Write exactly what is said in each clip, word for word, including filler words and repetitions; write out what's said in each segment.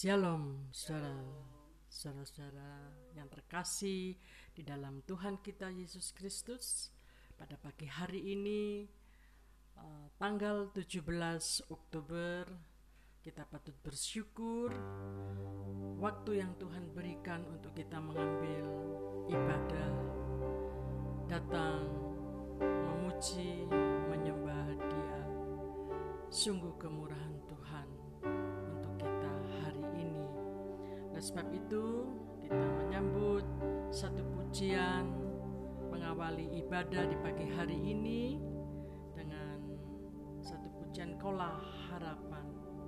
Shalom, saudara, saudara-saudara yang terkasih di dalam Tuhan kita Yesus Kristus. Pada pagi hari ini, uh, tanggal tujuh belas Oktober, kita patut bersyukur waktu yang Tuhan berikan untuk kita mengambil ibadah, datang memuji, menyembah Dia. Sungguh kemurahan Tuhan untuk kita hari ini. Oleh sebab itu, kita menyambut satu pujian mengawali ibadah di pagi hari ini dengan satu pujian Kaulah Harapan.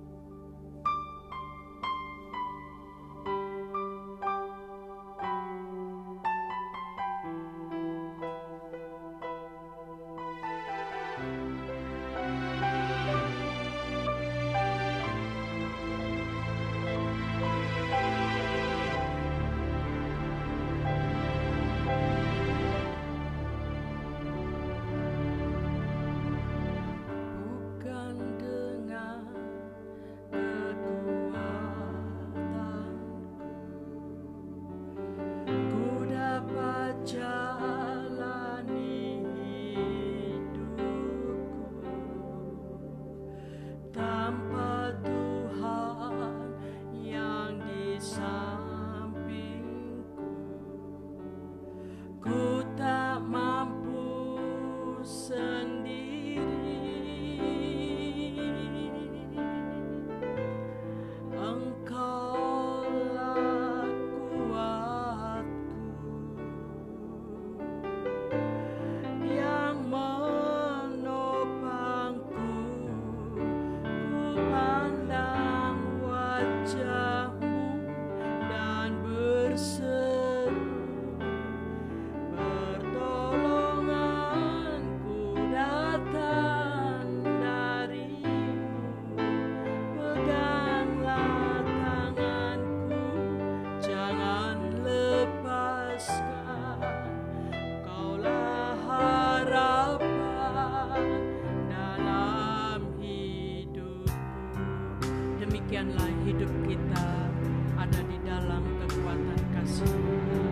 Demikianlah hidup kita ada di dalam kekuatan kasih Tuhan.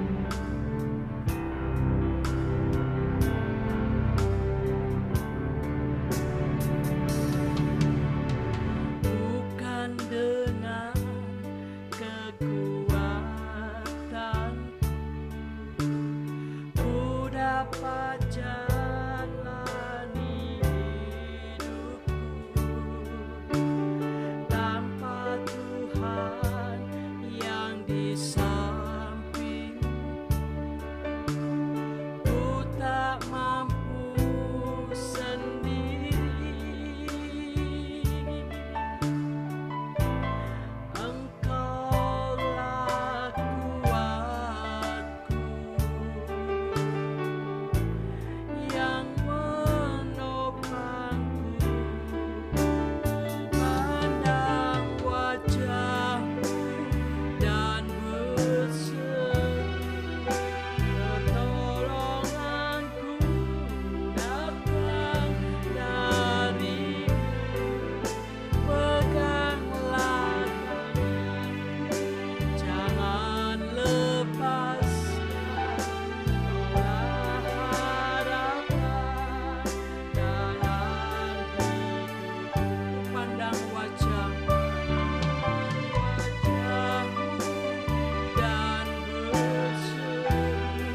Bukan dengan kekuatan ku dapat jalani hidupku, tanpa Tuhan yang di samping ku tak mampu sendiri. Engkaulah kuatku yang menopangku, pandang wajah-Mu dan berseru, pertolonganku datang dari-Mu. Peganglah tanganku, jangan lepaskan, Kaulah harapan dalam hidupku. Pandang wajah-Mu, wajah-Mu dan berseru,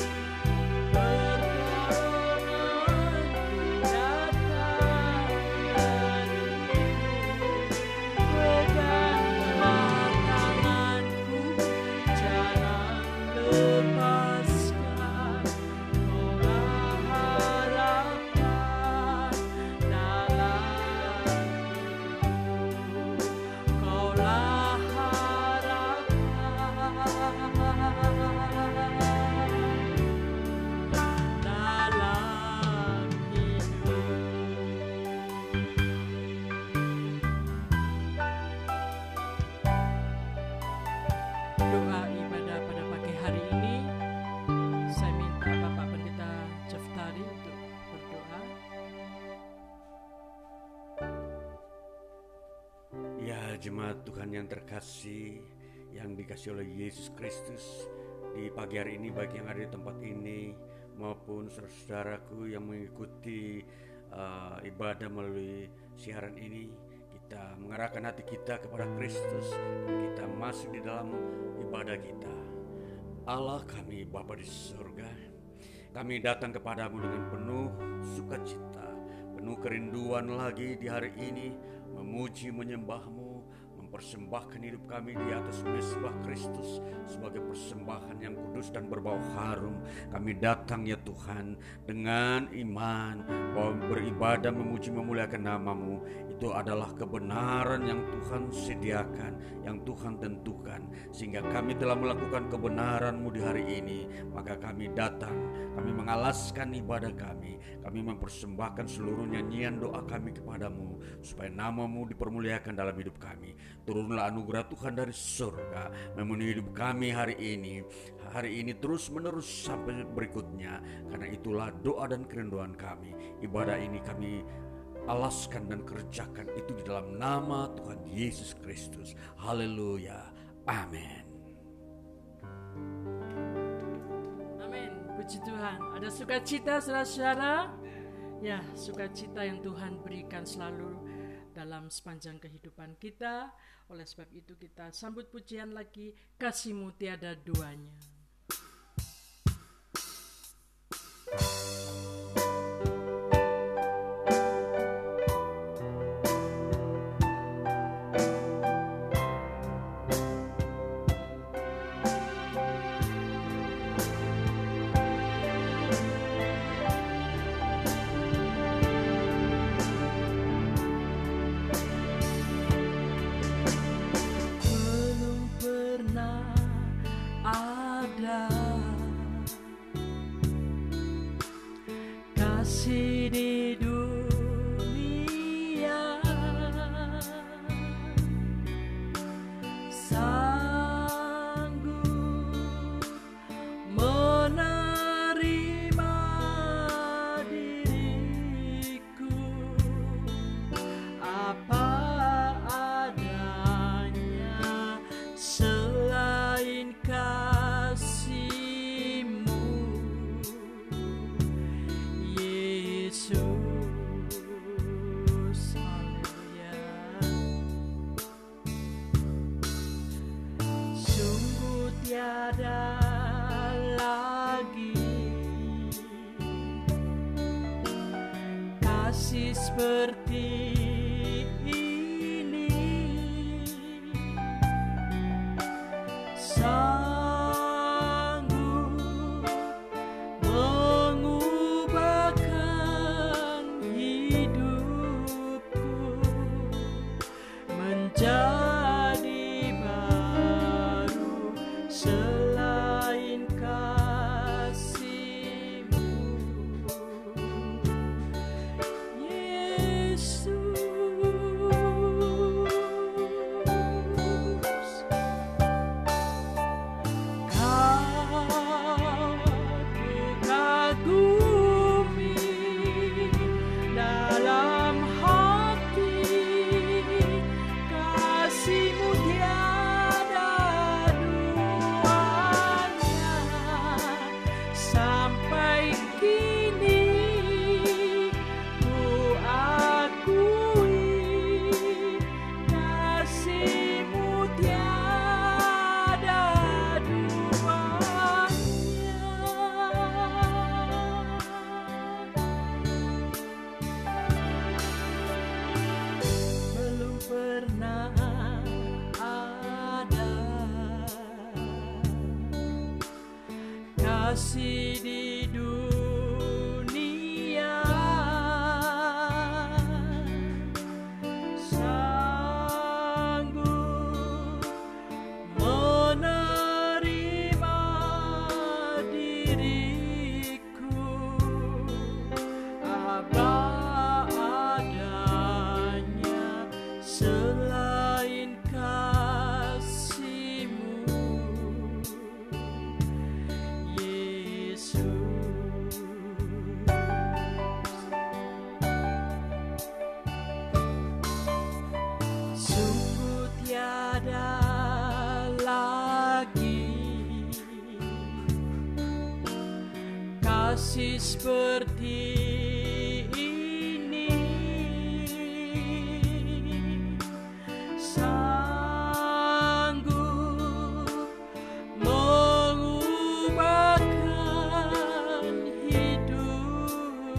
pertolonganku datang dari-Mu. Peganglah tanganku, jangan lepaskan, Kaulah harapan dalam hidupku. Kaulah harapan dalam hidup. Doa ibadah pada pagi hari ini, saya minta Bapak Pendeta Jeftari untuk berdoa. Ya, Para jemaat Tuhan yang terkasih, yang dikasih oleh Yesus Kristus, di pagi hari ini bagi yang ada di tempat ini maupun saudara-saudaraku yang mengikuti uh, ibadah melalui siaran ini, kita mengarahkan hati kita kepada Kristus dan kita masuk di dalam ibadah kita. Allah kami Bapa di surga, kami datang kepadamu dengan penuh sukacita, penuh kerinduan lagi di hari ini, memuji menyembahmu, mempersembahkan hidup kami di atas mezbah Kristus sebagai persembahan yang kudus dan berbau harum. Kami datang ya Tuhan dengan iman bahwa beribadah memuji memuliakan namamu itu adalah kebenaran yang Tuhan sediakan, yang Tuhan tentukan, sehingga kami telah melakukan kebenaran-Mu di hari ini. Maka kami datang, kami mengalaskan ibadah kami, kami mempersembahkan seluruh nyanyian doa kami kepadamu supaya namamu dipermuliakan dalam hidup kami. Turunlah anugerah Tuhan dari surga memenuhi hidup kami hari ini, hari ini terus menerus sampai berikutnya. Karena itulah doa dan kerinduan kami. Ibadah ini kami alaskan dan kerjakan itu di dalam nama Tuhan Yesus Kristus. Haleluya, amin. Amin, puji Tuhan. Ada sukacita saudara-saudara? Ya, sukacita yang Tuhan berikan selalu dalam sepanjang kehidupan kita. Oleh sebab itu kita sambut pujian lagi, kasih-Mu tiada duanya. Seperti ini, sanggup mengubahkan hidupku menjadi baru selain kasih di dunia, sanggup menerima diriku apa adanya selain kasih-Mu, Yesus. ada lagi kasih seperti ini, sanggup mengubahkan hidupku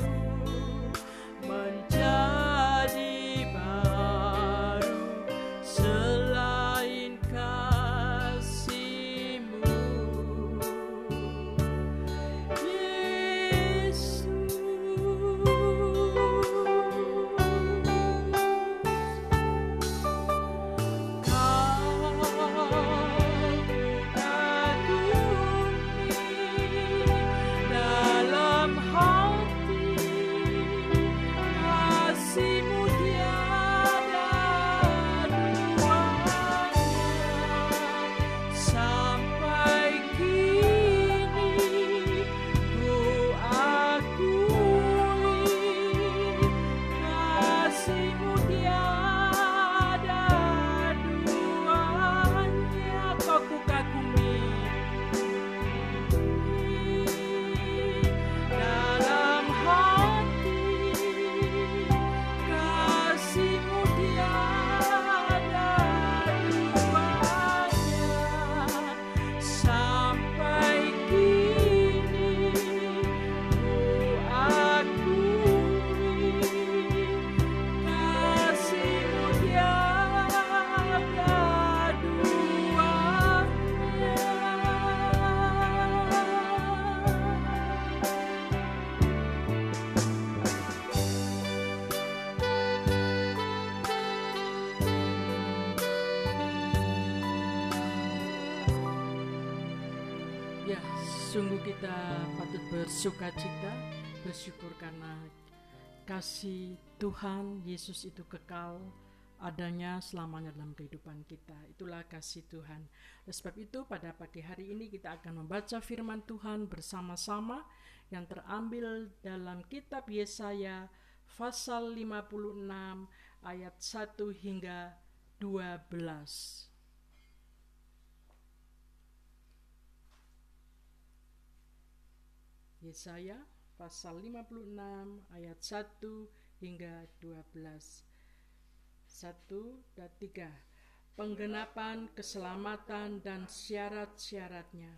menjadi baru selain kasih-Mu. Ya, sungguh kita patut bersukacita, bersyukur karena kasih Tuhan Yesus itu kekal adanya selamanya dalam kehidupan kita. Itulah kasih Tuhan. Oleh sebab itu pada pagi hari ini kita akan membaca firman Tuhan bersama-sama yang terambil dalam kitab Yesaya pasal lima puluh enam ayat satu hingga dua belas. Yesaya pasal lima puluh enam ayat satu hingga dua belas. satu dan tiga. Penggenapan keselamatan dan syarat-syaratnya.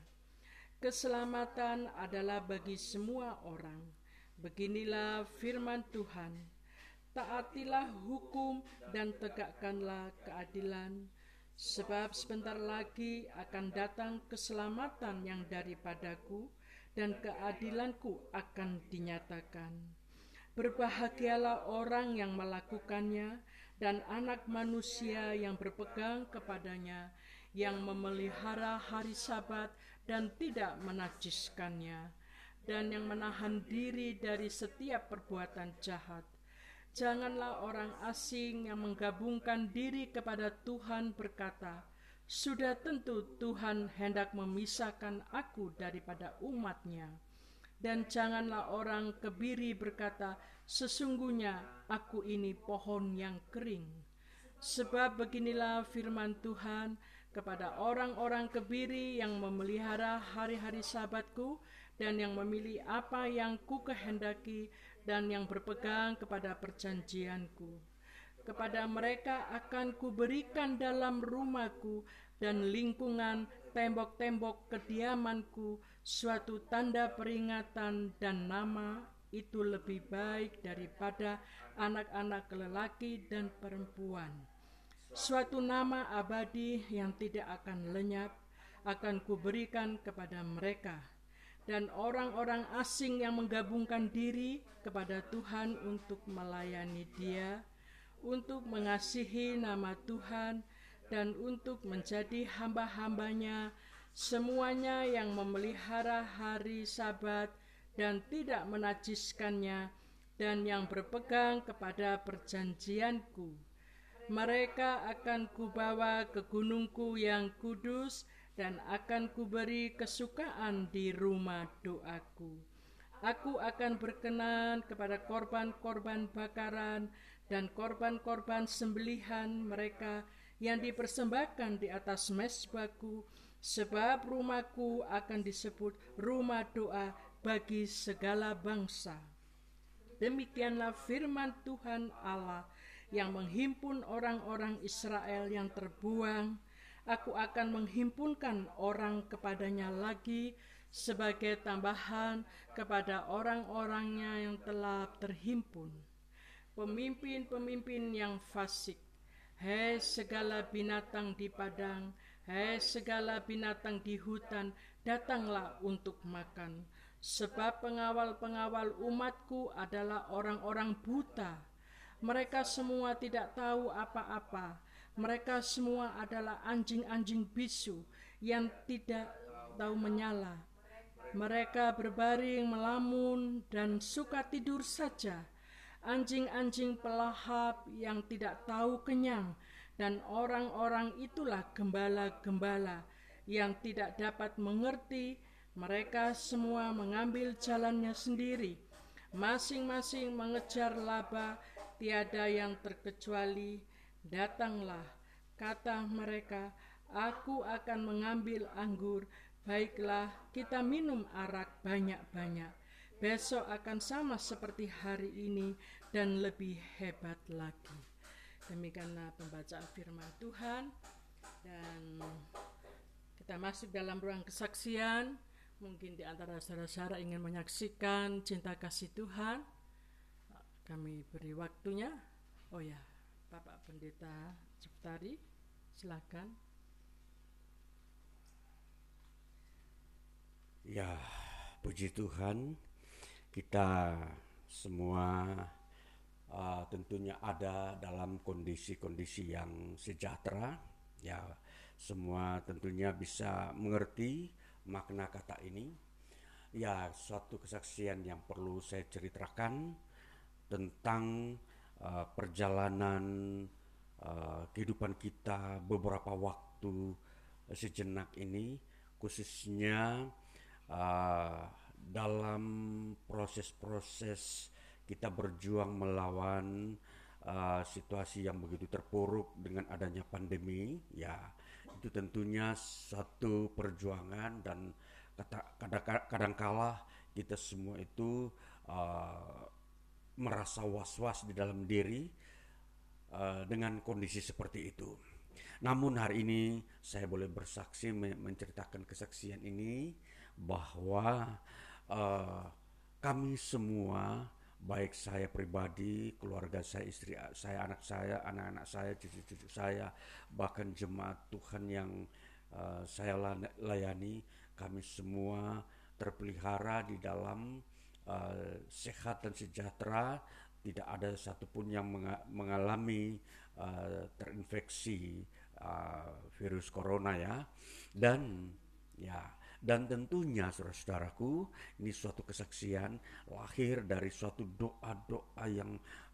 Keselamatan adalah bagi semua orang. Beginilah firman Tuhan. Taatilah hukum dan tegakkanlah keadilan, sebab sebentar lagi akan datang keselamatan yang daripadaku, dan keadilanku akan dinyatakan. Berbahagialah orang yang melakukannya, dan anak manusia yang berpegang kepadanya, yang memelihara hari Sabat dan tidak menajiskannya, dan yang menahan diri dari setiap perbuatan jahat. Janganlah orang asing yang menggabungkan diri kepada Tuhan berkata, sudah tentu Tuhan hendak memisahkan aku daripada umat-Nya. Dan janganlah orang kebiri berkata, sesungguhnya aku ini pohon yang kering. Sebab beginilah firman Tuhan kepada orang-orang kebiri yang memelihara hari-hari Sabatku dan yang memilih apa yang ku kehendaki dan yang berpegang kepada perjanjianku. Kepada mereka akan kuberikan dalam rumahku dan lingkungan tembok-tembok kediamanku suatu tanda peringatan dan nama, itu lebih baik daripada anak-anak lelaki dan perempuan. Suatu nama abadi yang tidak akan lenyap akan kuberikan kepada mereka, dan orang-orang asing yang menggabungkan diri kepada Tuhan untuk melayani Dia, untuk mengasihi nama Tuhan, dan untuk menjadi hamba-hambanya, semuanya yang memelihara hari Sabat dan tidak menajiskannya, dan yang berpegang kepada perjanjianku. Mereka akan kubawa ke gunungku yang kudus, dan akan kuberi kesukaan di rumah doaku. Aku akan berkenan kepada korban-korban bakaran dan korban-korban sembelihan mereka yang dipersembahkan di atas mezbahku, sebab rumahku akan disebut rumah doa bagi segala bangsa. Demikianlah firman Tuhan Allah yang menghimpun orang-orang Israel yang terbuang. Aku akan menghimpunkan orang kepadanya lagi sebagai tambahan kepada orang-orangnya yang telah terhimpun. Pemimpin-pemimpin yang fasik, hei segala binatang di padang, hei segala binatang di hutan, datanglah untuk makan. Sebab pengawal-pengawal umatku adalah orang-orang buta. Mereka semua tidak tahu apa-apa. Mereka semua adalah anjing-anjing bisu yang tidak tahu menyala. Mereka berbaring melamun dan suka tidur saja. Anjing-anjing pelahap yang tidak tahu kenyang, dan orang-orang itulah gembala-gembala yang tidak dapat mengerti. Mereka semua mengambil jalannya sendiri, masing-masing mengejar laba, tiada yang terkecuali. Datanglah, kata mereka, aku akan mengambil anggur, baiklah kita minum arak banyak-banyak. Besok akan sama seperti hari ini dan lebih hebat lagi. Demikianlah pembacaan firman Tuhan, dan kita masuk dalam ruang kesaksian. Mungkin di antara saudara-saudara ingin menyaksikan cinta kasih Tuhan, kami beri waktunya. Oh ya, Bapak Pendeta Ciftari, silakan. Ya, puji Tuhan, kita semua uh, tentunya ada dalam kondisi-kondisi yang sejahtera. Ya, semua tentunya bisa mengerti makna kata ini. Ya, suatu kesaksian yang perlu saya ceritakan tentang uh, perjalanan uh, kehidupan kita beberapa waktu sejenak ini, khususnya uh, dalam proses-proses kita berjuang melawan uh, situasi yang begitu terpuruk dengan adanya pandemi. Ya, itu tentunya satu perjuangan, dan kadang-kadang kita semua itu uh, merasa was-was di dalam diri uh, dengan kondisi seperti itu. Namun hari ini saya boleh bersaksi, menceritakan kesaksian ini, bahwa uh, kami semua, baik saya pribadi, keluarga saya, istri saya, anak saya, anak-anak saya, cucu-cucu saya, bahkan jemaat Tuhan yang uh, saya layani, kami semua terpelihara di dalam uh, sehat dan sejahtera. Tidak ada satupun yang mengalami uh, terinfeksi uh, virus corona, ya. Dan ya Dan tentunya saudara-saudaraku, ini suatu kesaksian lahir dari suatu doa-doa yang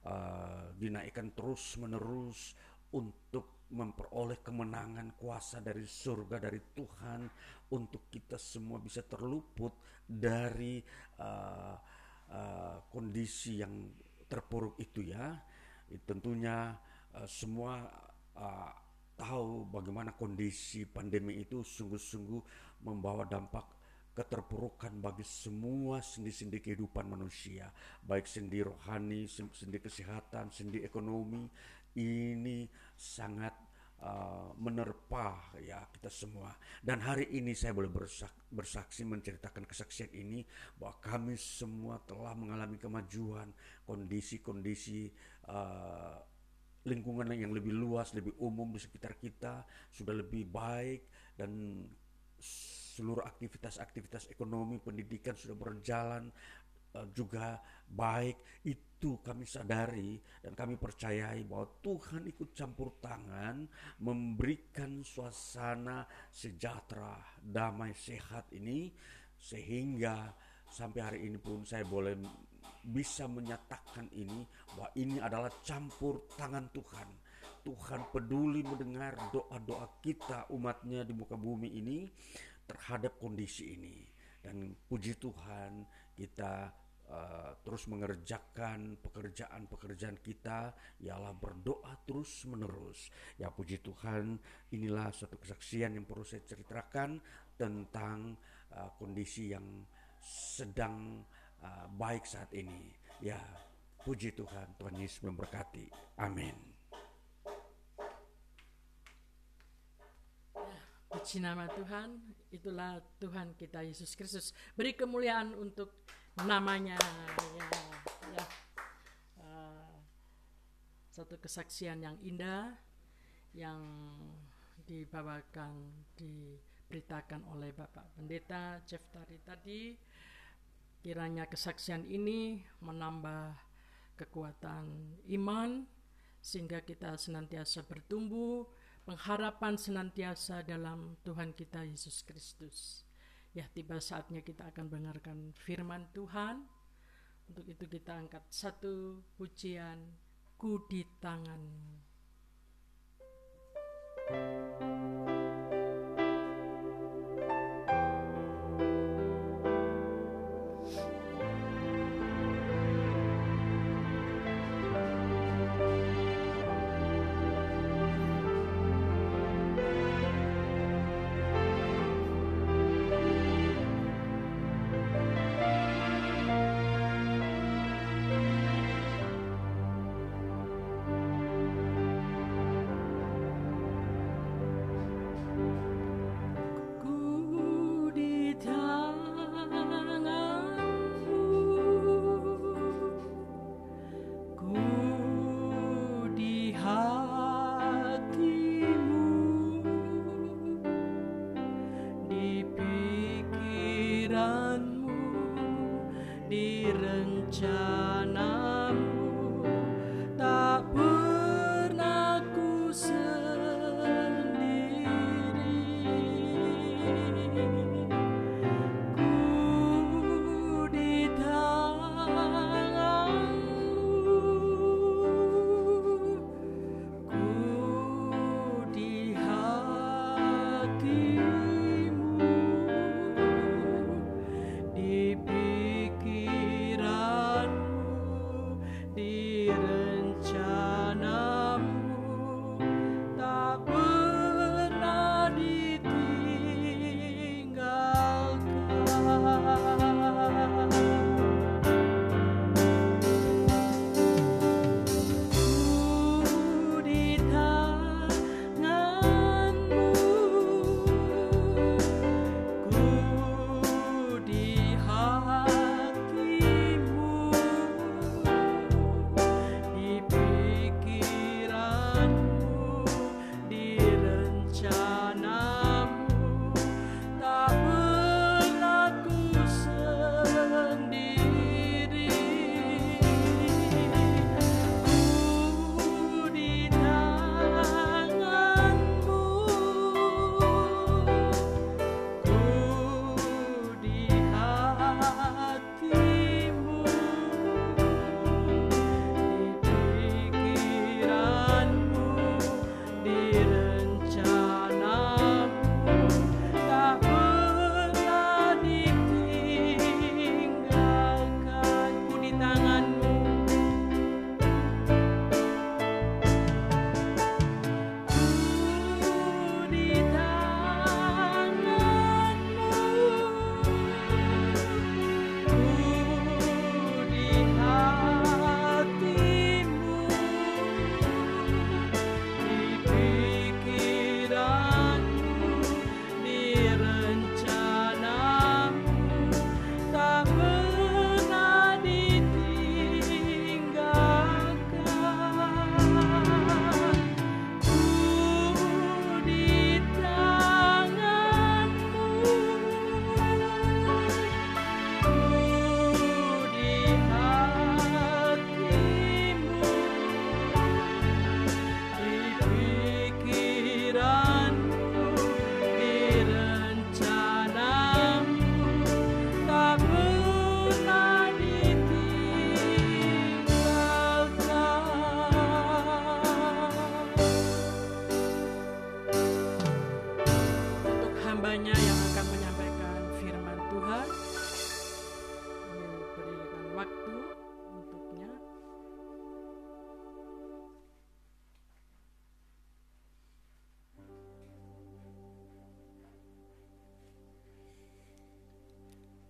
uh, dinaikkan terus-menerus untuk memperoleh kemenangan, kuasa dari surga, dari Tuhan, untuk kita semua bisa terluput dari uh, uh, kondisi yang terpuruk itu, ya. Tentunya uh, semua uh, tahu bagaimana kondisi pandemi itu sungguh-sungguh membawa dampak keterpurukan bagi semua sendi-sendi kehidupan manusia, baik sendi rohani, sendi kesehatan, sendi ekonomi. Ini sangat uh, menerpa, ya, kita semua. Dan hari ini saya boleh bersak- bersaksi menceritakan kesaksian ini bahwa kami semua telah mengalami kemajuan, kondisi-kondisi uh, lingkungan yang lebih luas, lebih umum di sekitar kita sudah lebih baik, dan seluruh aktivitas-aktivitas ekonomi, pendidikan sudah berjalan uh, juga baik. Itu kami sadari dan kami percayai bahwa Tuhan ikut campur tangan memberikan suasana sejahtera, damai, sehat ini, sehingga sampai hari ini pun saya boleh bisa menyatakan ini, bahwa ini adalah campur tangan Tuhan. Tuhan peduli mendengar doa-doa kita, umatnya di muka bumi ini, terhadap kondisi ini. Dan puji Tuhan, kita uh, terus mengerjakan pekerjaan-pekerjaan kita, ialah berdoa terus menerus. Ya puji Tuhan, inilah suatu kesaksian yang perlu saya ceritakan tentang uh, kondisi yang sedang uh, baik saat ini. Ya puji Tuhan, Tuhan Yesus memberkati. Amin. Puji nama Tuhan, itulah Tuhan kita Yesus Kristus. Beri kemuliaan untuk namanya. Ya, ya. Uh, satu kesaksian yang indah yang dibawakan, diberitakan oleh Bapak Pendeta Ceftari tadi. Kiranya kesaksian ini menambah kekuatan iman sehingga kita senantiasa bertumbuh, pengharapan senantiasa dalam Tuhan kita Yesus Kristus. Ya, tiba saatnya kita akan mendengarkan firman Tuhan. Untuk itu kita angkat satu pujian, Ku di Tanganmu.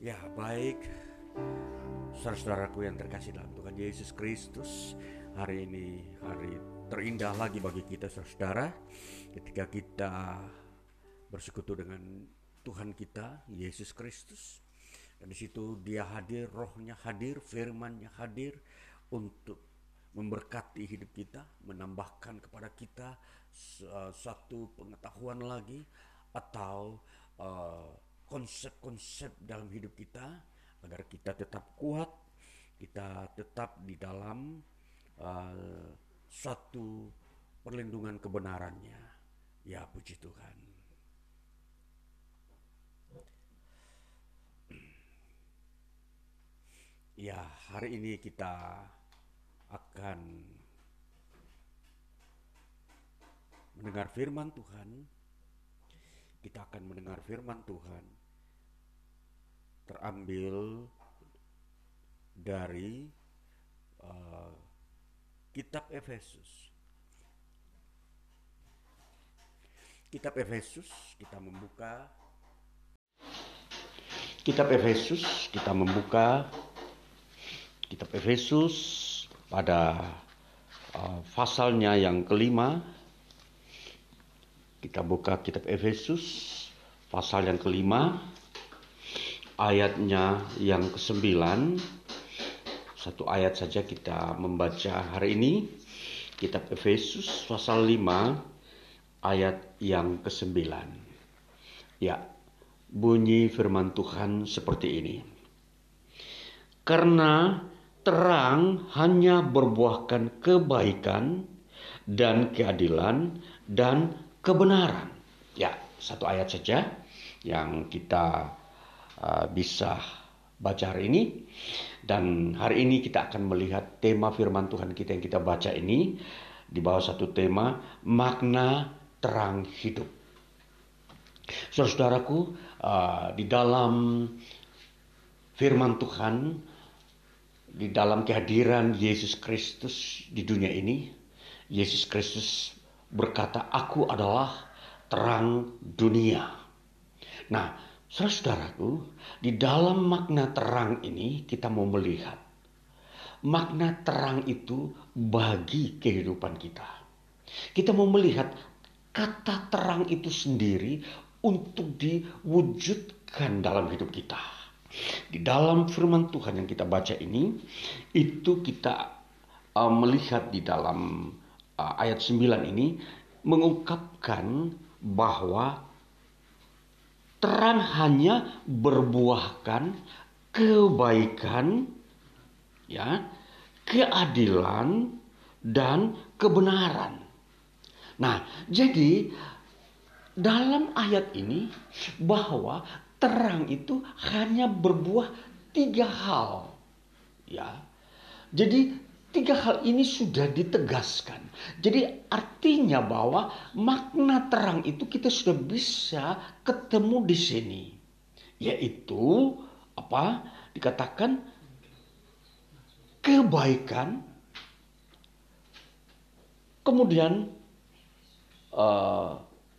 Ya, baik. Saudara-saudaraku yang terkasih dalam Tuhan Yesus Kristus, hari ini hari terindah lagi bagi kita saudara, ketika kita bersekutu dengan Tuhan kita Yesus Kristus. Dan di situ Dia hadir, Rohnya hadir, firman-Nya hadir untuk memberkati hidup kita, menambahkan kepada kita uh, satu pengetahuan lagi atau uh, konsep-konsep dalam hidup kita, agar kita tetap kuat, kita tetap di dalam uh, satu perlindungan kebenarannya. Ya, puji Tuhan. Ya, hari ini kita akan mendengar firman Tuhan. Kita akan mendengar firman Tuhan terambil dari uh, kitab Efesus. Kitab Efesus, kita membuka Kitab Efesus, kita membuka Kitab Efesus pada uh, pasalnya yang kelima. Kita buka Kitab Efesus pasal yang kelima, ayatnya yang kesembilan. Satu ayat saja kita membaca hari ini. Kitab Efesus pasal lima, ayat yang kesembilan. Ya, bunyi firman Tuhan seperti ini. Karena terang hanya berbuahkan kebaikan dan keadilan dan kebenaran. Ya, satu ayat saja yang kita uh, bisa baca hari ini. Dan hari ini kita akan melihat tema firman Tuhan kita yang kita baca ini di bawah satu tema, makna terang hidup. Saudara-saudaraku, uh, di dalam firman Tuhan, di dalam kehadiran Yesus Kristus di dunia ini, Yesus Kristus berkata, "Aku adalah terang dunia." Nah, saudara-saudaraku, di dalam makna terang ini kita mau melihat makna terang itu bagi kehidupan kita. Kita mau melihat kata terang itu sendiri untuk diwujudkan dalam hidup kita. Di dalam firman Tuhan yang kita baca ini, itu kita uh, melihat di dalam uh, ayat sembilan ini mengungkapkan bahwa terang hanya berbuahkan kebaikan, ya, keadilan dan kebenaran. Nah, jadi dalam ayat ini bahwa terang itu hanya berbuah tiga hal, ya. Jadi tiga hal ini sudah ditegaskan. Jadi artinya bahwa makna terang itu kita sudah bisa ketemu di sini, yaitu apa? Dikatakan kebaikan, kemudian uh,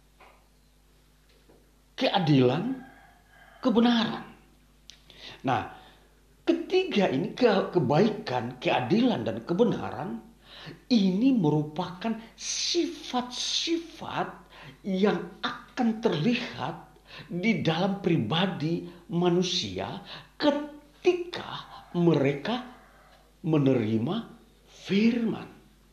keadilan, kebenaran. Nah, ketiga ini, ke kebaikan, keadilan, dan kebenaran, ini merupakan sifat-sifat yang akan terlihat di dalam pribadi manusia ketika mereka menerima firman,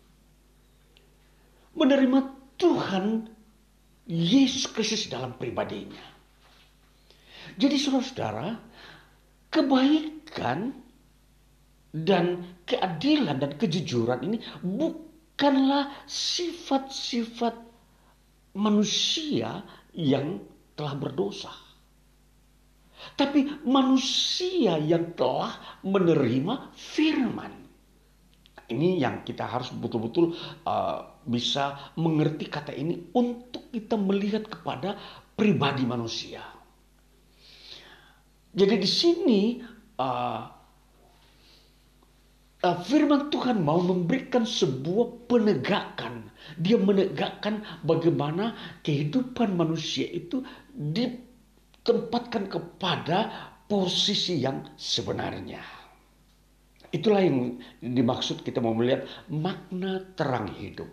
menerima Tuhan Yesus Kristus dalam pribadinya. Jadi saudara-saudara, kebaikan dan keadilan dan kejujuran ini bukanlah sifat-sifat manusia yang telah berdosa, tapi manusia yang telah menerima firman. Ini yang kita harus betul-betul uh, bisa mengerti kata ini untuk kita melihat kepada pribadi manusia. Jadi di sini uh, uh, firman Tuhan mau memberikan sebuah penegakan. Dia menegakkan bagaimana kehidupan manusia itu ditempatkan kepada posisi yang sebenarnya. Itulah yang dimaksud kita mau melihat makna terang hidup.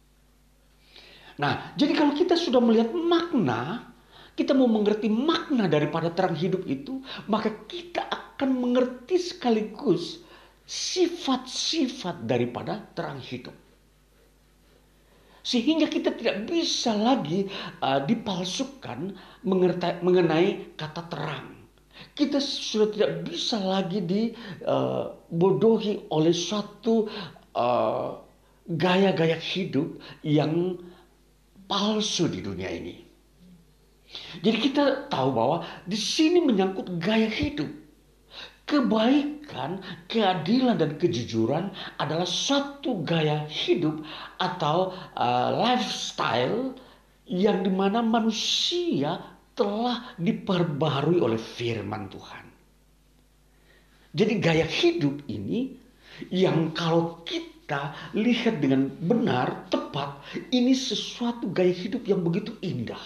Nah, jadi kalau kita sudah melihat makna, kita mau mengerti makna daripada terang hidup itu, maka kita akan mengerti sekaligus sifat-sifat daripada terang hidup. Sehingga kita tidak bisa lagi uh, dipalsukan mengerti, mengenai kata terang. Kita sudah tidak bisa lagi dibodohi uh, oleh suatu uh, gaya-gaya hidup yang palsu di dunia ini. Jadi kita tahu bahwa di sini menyangkut gaya hidup. Kebaikan, keadilan, dan kejujuran adalah suatu gaya hidup atau uh, lifestyle yang dimana manusia telah diperbaharui oleh firman Tuhan. Jadi gaya hidup ini yang kalau kita lihat dengan benar, tepat, ini sesuatu gaya hidup yang begitu indah.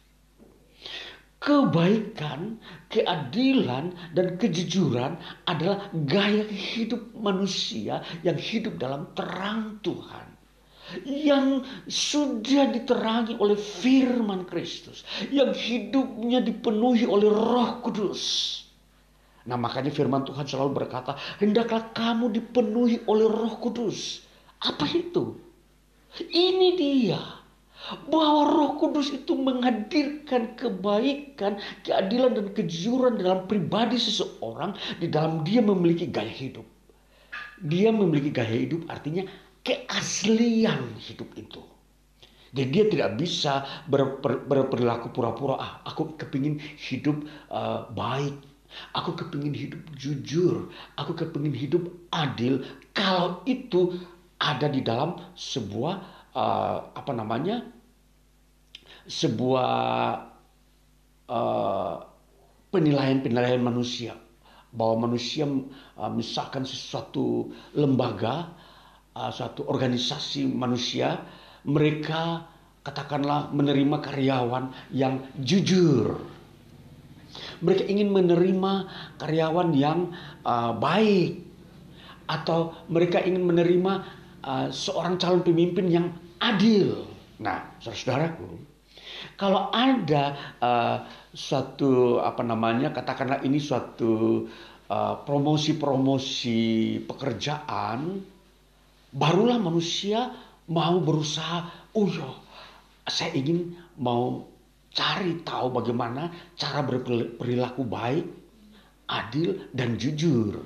Kebaikan, keadilan, dan kejujuran adalah gaya hidup manusia yang hidup dalam terang Tuhan. Yang sudah diterangi oleh firman Kristus. Yang hidupnya dipenuhi oleh Roh Kudus. Nah, makanya firman Tuhan selalu berkata, hendaklah kamu dipenuhi oleh Roh Kudus. Apa itu? Ini dia. Bahwa Roh Kudus itu menghadirkan kebaikan, keadilan, dan kejujuran dalam pribadi seseorang di dalam dia memiliki gaya hidup. Dia memiliki gaya hidup artinya keaslian hidup itu. Jadi dia tidak bisa ber, ber, berperilaku pura-pura, ah aku kepingin hidup uh, baik, aku kepingin hidup jujur, aku kepingin hidup adil. Kalau itu ada di dalam sebuah uh, apa namanya sebuah uh, penilaian-penilaian manusia, bahwa manusia uh, misalkan sesuatu lembaga, uh, suatu organisasi manusia, mereka katakanlah menerima karyawan yang jujur. Mereka ingin menerima karyawan yang uh, baik, atau mereka ingin menerima uh, seorang calon pemimpin yang adil. Nah, saudara-saudaraku, kalau ada uh, suatu apa namanya katakanlah ini suatu uh, promosi-promosi pekerjaan, barulah manusia mau berusaha, oh ya, saya ingin mau cari tahu bagaimana cara berperilaku baik, adil, dan jujur.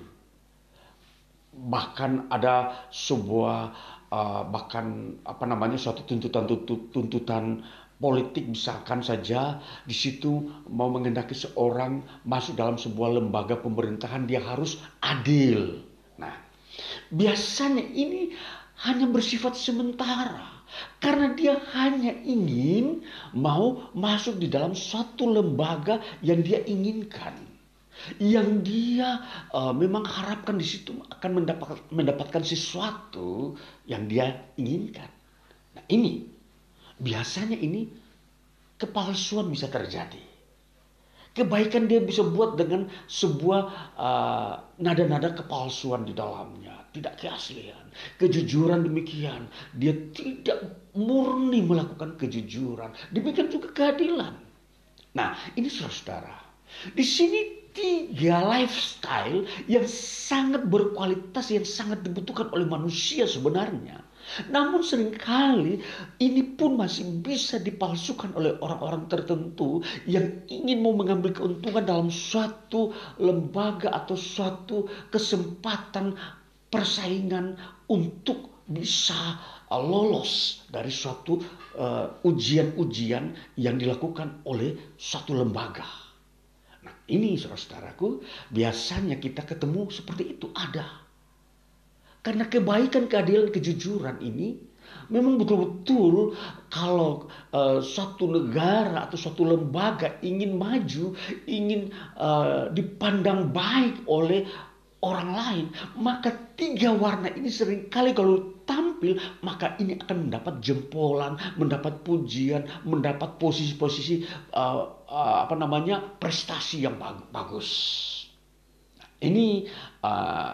Bahkan ada sebuah uh, bahkan apa namanya suatu tuntutan tuntutan politik, misalkan saja di situ mau menghendaki seorang masuk dalam sebuah lembaga pemerintahan, dia harus adil. Nah, biasanya ini hanya bersifat sementara karena dia hanya ingin mau masuk di dalam suatu lembaga yang dia inginkan, yang dia uh, memang harapkan di situ akan mendapat, mendapatkan sesuatu yang dia inginkan. Nah, ini biasanya ini kepalsuan bisa terjadi. Kebaikan dia bisa buat dengan sebuah uh, nada-nada kepalsuan di dalamnya. Tidak keaslian. Kejujuran demikian. Dia tidak murni melakukan kejujuran. Demikian juga keadilan. Nah, ini saudara-saudara. Di sini tiga lifestyle yang sangat berkualitas, yang sangat dibutuhkan oleh manusia sebenarnya. Namun seringkali ini pun masih bisa dipalsukan oleh orang-orang tertentu yang ingin mau mengambil keuntungan dalam suatu lembaga atau suatu kesempatan persaingan untuk bisa lolos dari suatu uh, ujian-ujian yang dilakukan oleh suatu lembaga. Nah, ini saudara-saudaraku, biasanya kita ketemu seperti itu ada. Karena kebaikan, keadilan, kejujuran ini memang betul-betul kalau uh, suatu negara atau suatu lembaga ingin maju, ingin uh, dipandang baik oleh orang lain, maka tiga warna ini seringkali kalau tampil, maka ini akan mendapat jempolan, mendapat pujian, mendapat posisi-posisi uh, uh, apa namanya prestasi yang bagus. Nah, ini uh,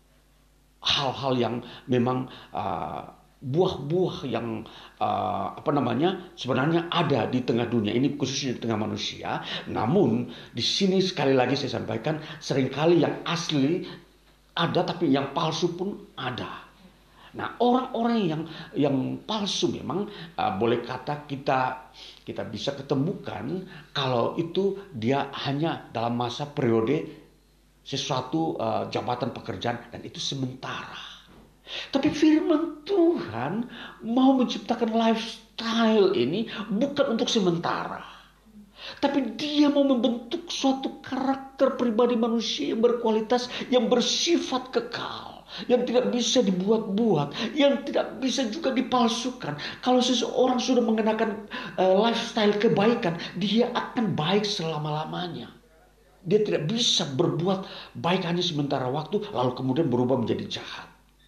hal-hal yang memang uh, buah-buah yang uh, apa namanya sebenarnya ada di tengah dunia ini, khususnya di tengah manusia. Namun di sini sekali lagi saya sampaikan, seringkali yang asli ada tapi yang palsu pun ada. Nah, orang-orang yang yang palsu memang uh, boleh kata kita kita bisa ketemukan kalau itu dia hanya dalam masa periode sesuatu uh, jabatan pekerjaan dan itu sementara. Tapi firman Tuhan mau menciptakan lifestyle ini bukan untuk sementara. Tapi dia mau membentuk suatu karakter pribadi manusia yang berkualitas, yang bersifat kekal, yang tidak bisa dibuat-buat, yang tidak bisa juga dipalsukan. Kalau seseorang sudah mengenakan uh, lifestyle kebaikan, dia akan baik selama-lamanya. Dia tidak bisa berbuat baik hanya sementara waktu, lalu kemudian berubah menjadi jahat.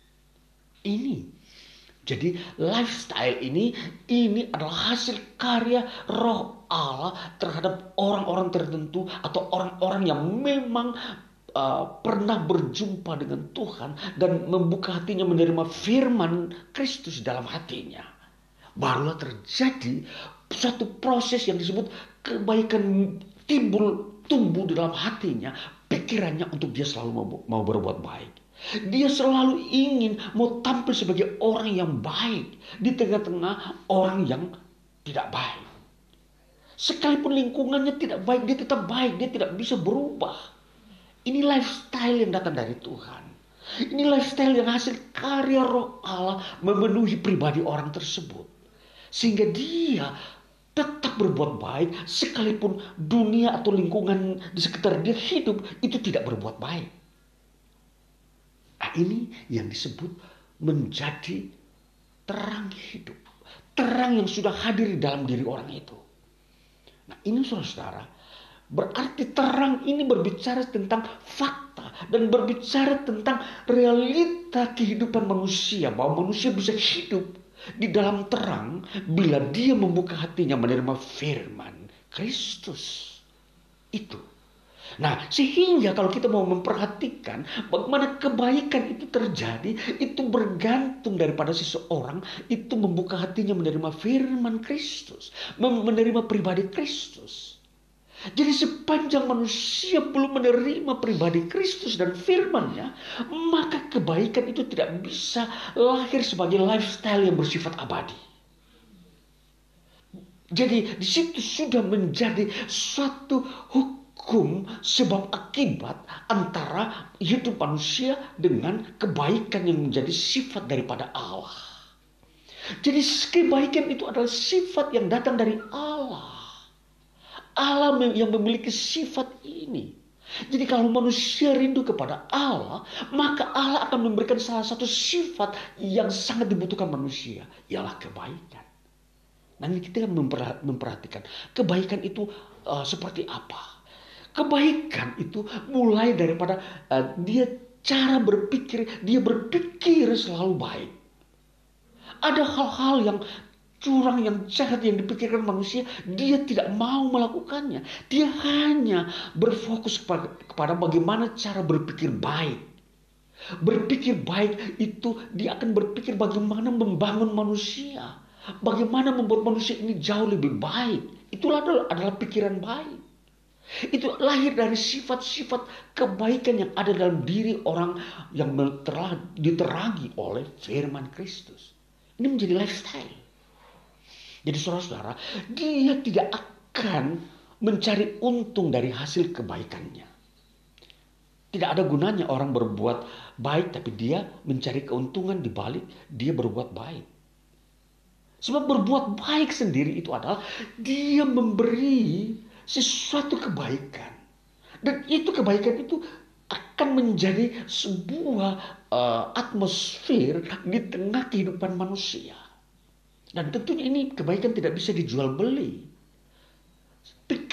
Ini, jadi lifestyle ini, ini adalah hasil karya Roh Allah terhadap orang-orang tertentu atau orang-orang yang memang uh, pernah berjumpa dengan Tuhan dan membuka hatinya menerima firman Kristus dalam hatinya. Barulah terjadi suatu proses yang disebut kebaikan timbul, tumbuh di dalam hatinya, pikirannya untuk dia selalu mau, mau berbuat baik. Dia selalu ingin mau tampil sebagai orang yang baik di tengah-tengah orang yang tidak baik. Sekalipun lingkungannya tidak baik, dia tetap baik, dia tidak bisa berubah. Ini lifestyle yang datang dari Tuhan. Ini lifestyle yang hasil karya Roh Allah memenuhi pribadi orang tersebut. Sehingga dia tetap berbuat baik sekalipun dunia atau lingkungan di sekitar dia hidup itu tidak berbuat baik. Nah, ini yang disebut menjadi terang hidup. Terang yang sudah hadir di dalam diri orang itu. Nah, ini saudara-saudara, berarti terang ini berbicara tentang fakta dan berbicara tentang realita kehidupan manusia. Bahwa manusia bisa hidup di dalam terang bila dia membuka hatinya menerima firman Kristus. Itu. Nah, sehingga kalau kita mau memperhatikan bagaimana kebaikan itu terjadi, itu bergantung daripada seseorang itu membuka hatinya menerima firman Kristus, menerima pribadi Kristus. Jadi sepanjang manusia belum menerima pribadi Kristus dan firman-Nya, maka kebaikan itu tidak bisa lahir sebagai lifestyle yang bersifat abadi. Jadi di situ sudah menjadi suatu hukum Hukum sebab akibat antara hidup manusia dengan kebaikan yang menjadi sifat daripada Allah. Jadi kebaikan itu adalah sifat yang datang dari Allah. Allah yang memiliki sifat ini. Jadi kalau manusia rindu kepada Allah, maka Allah akan memberikan salah satu sifat yang sangat dibutuhkan manusia, ialah kebaikan. Nanti kita akan memperhatikan kebaikan itu uh, seperti apa. Kebaikan itu mulai daripada uh, dia cara berpikir, dia berpikir selalu baik. Ada hal-hal yang curang, yang jahat yang dipikirkan manusia, dia tidak mau melakukannya. Dia hanya berfokus kepada, kepada bagaimana cara berpikir baik. Berpikir baik itu dia akan berpikir bagaimana membangun manusia. Bagaimana membuat manusia ini jauh lebih baik. Itulah adalah, adalah pikiran baik. Itu lahir dari sifat-sifat kebaikan yang ada dalam diri orang yang telah diterangi oleh firman Kristus. Ini menjadi lifestyle. Jadi saudara-saudara, dia tidak akan mencari untung dari hasil kebaikannya. Tidak ada gunanya orang berbuat baik tapi dia mencari keuntungan di balik dia berbuat baik. Sebab berbuat baik sendiri itu adalah dia memberi sesuatu kebaikan. Dan itu kebaikan itu akan menjadi sebuah uh, atmosfer di tengah kehidupan manusia. Dan tentunya ini kebaikan tidak bisa dijual beli.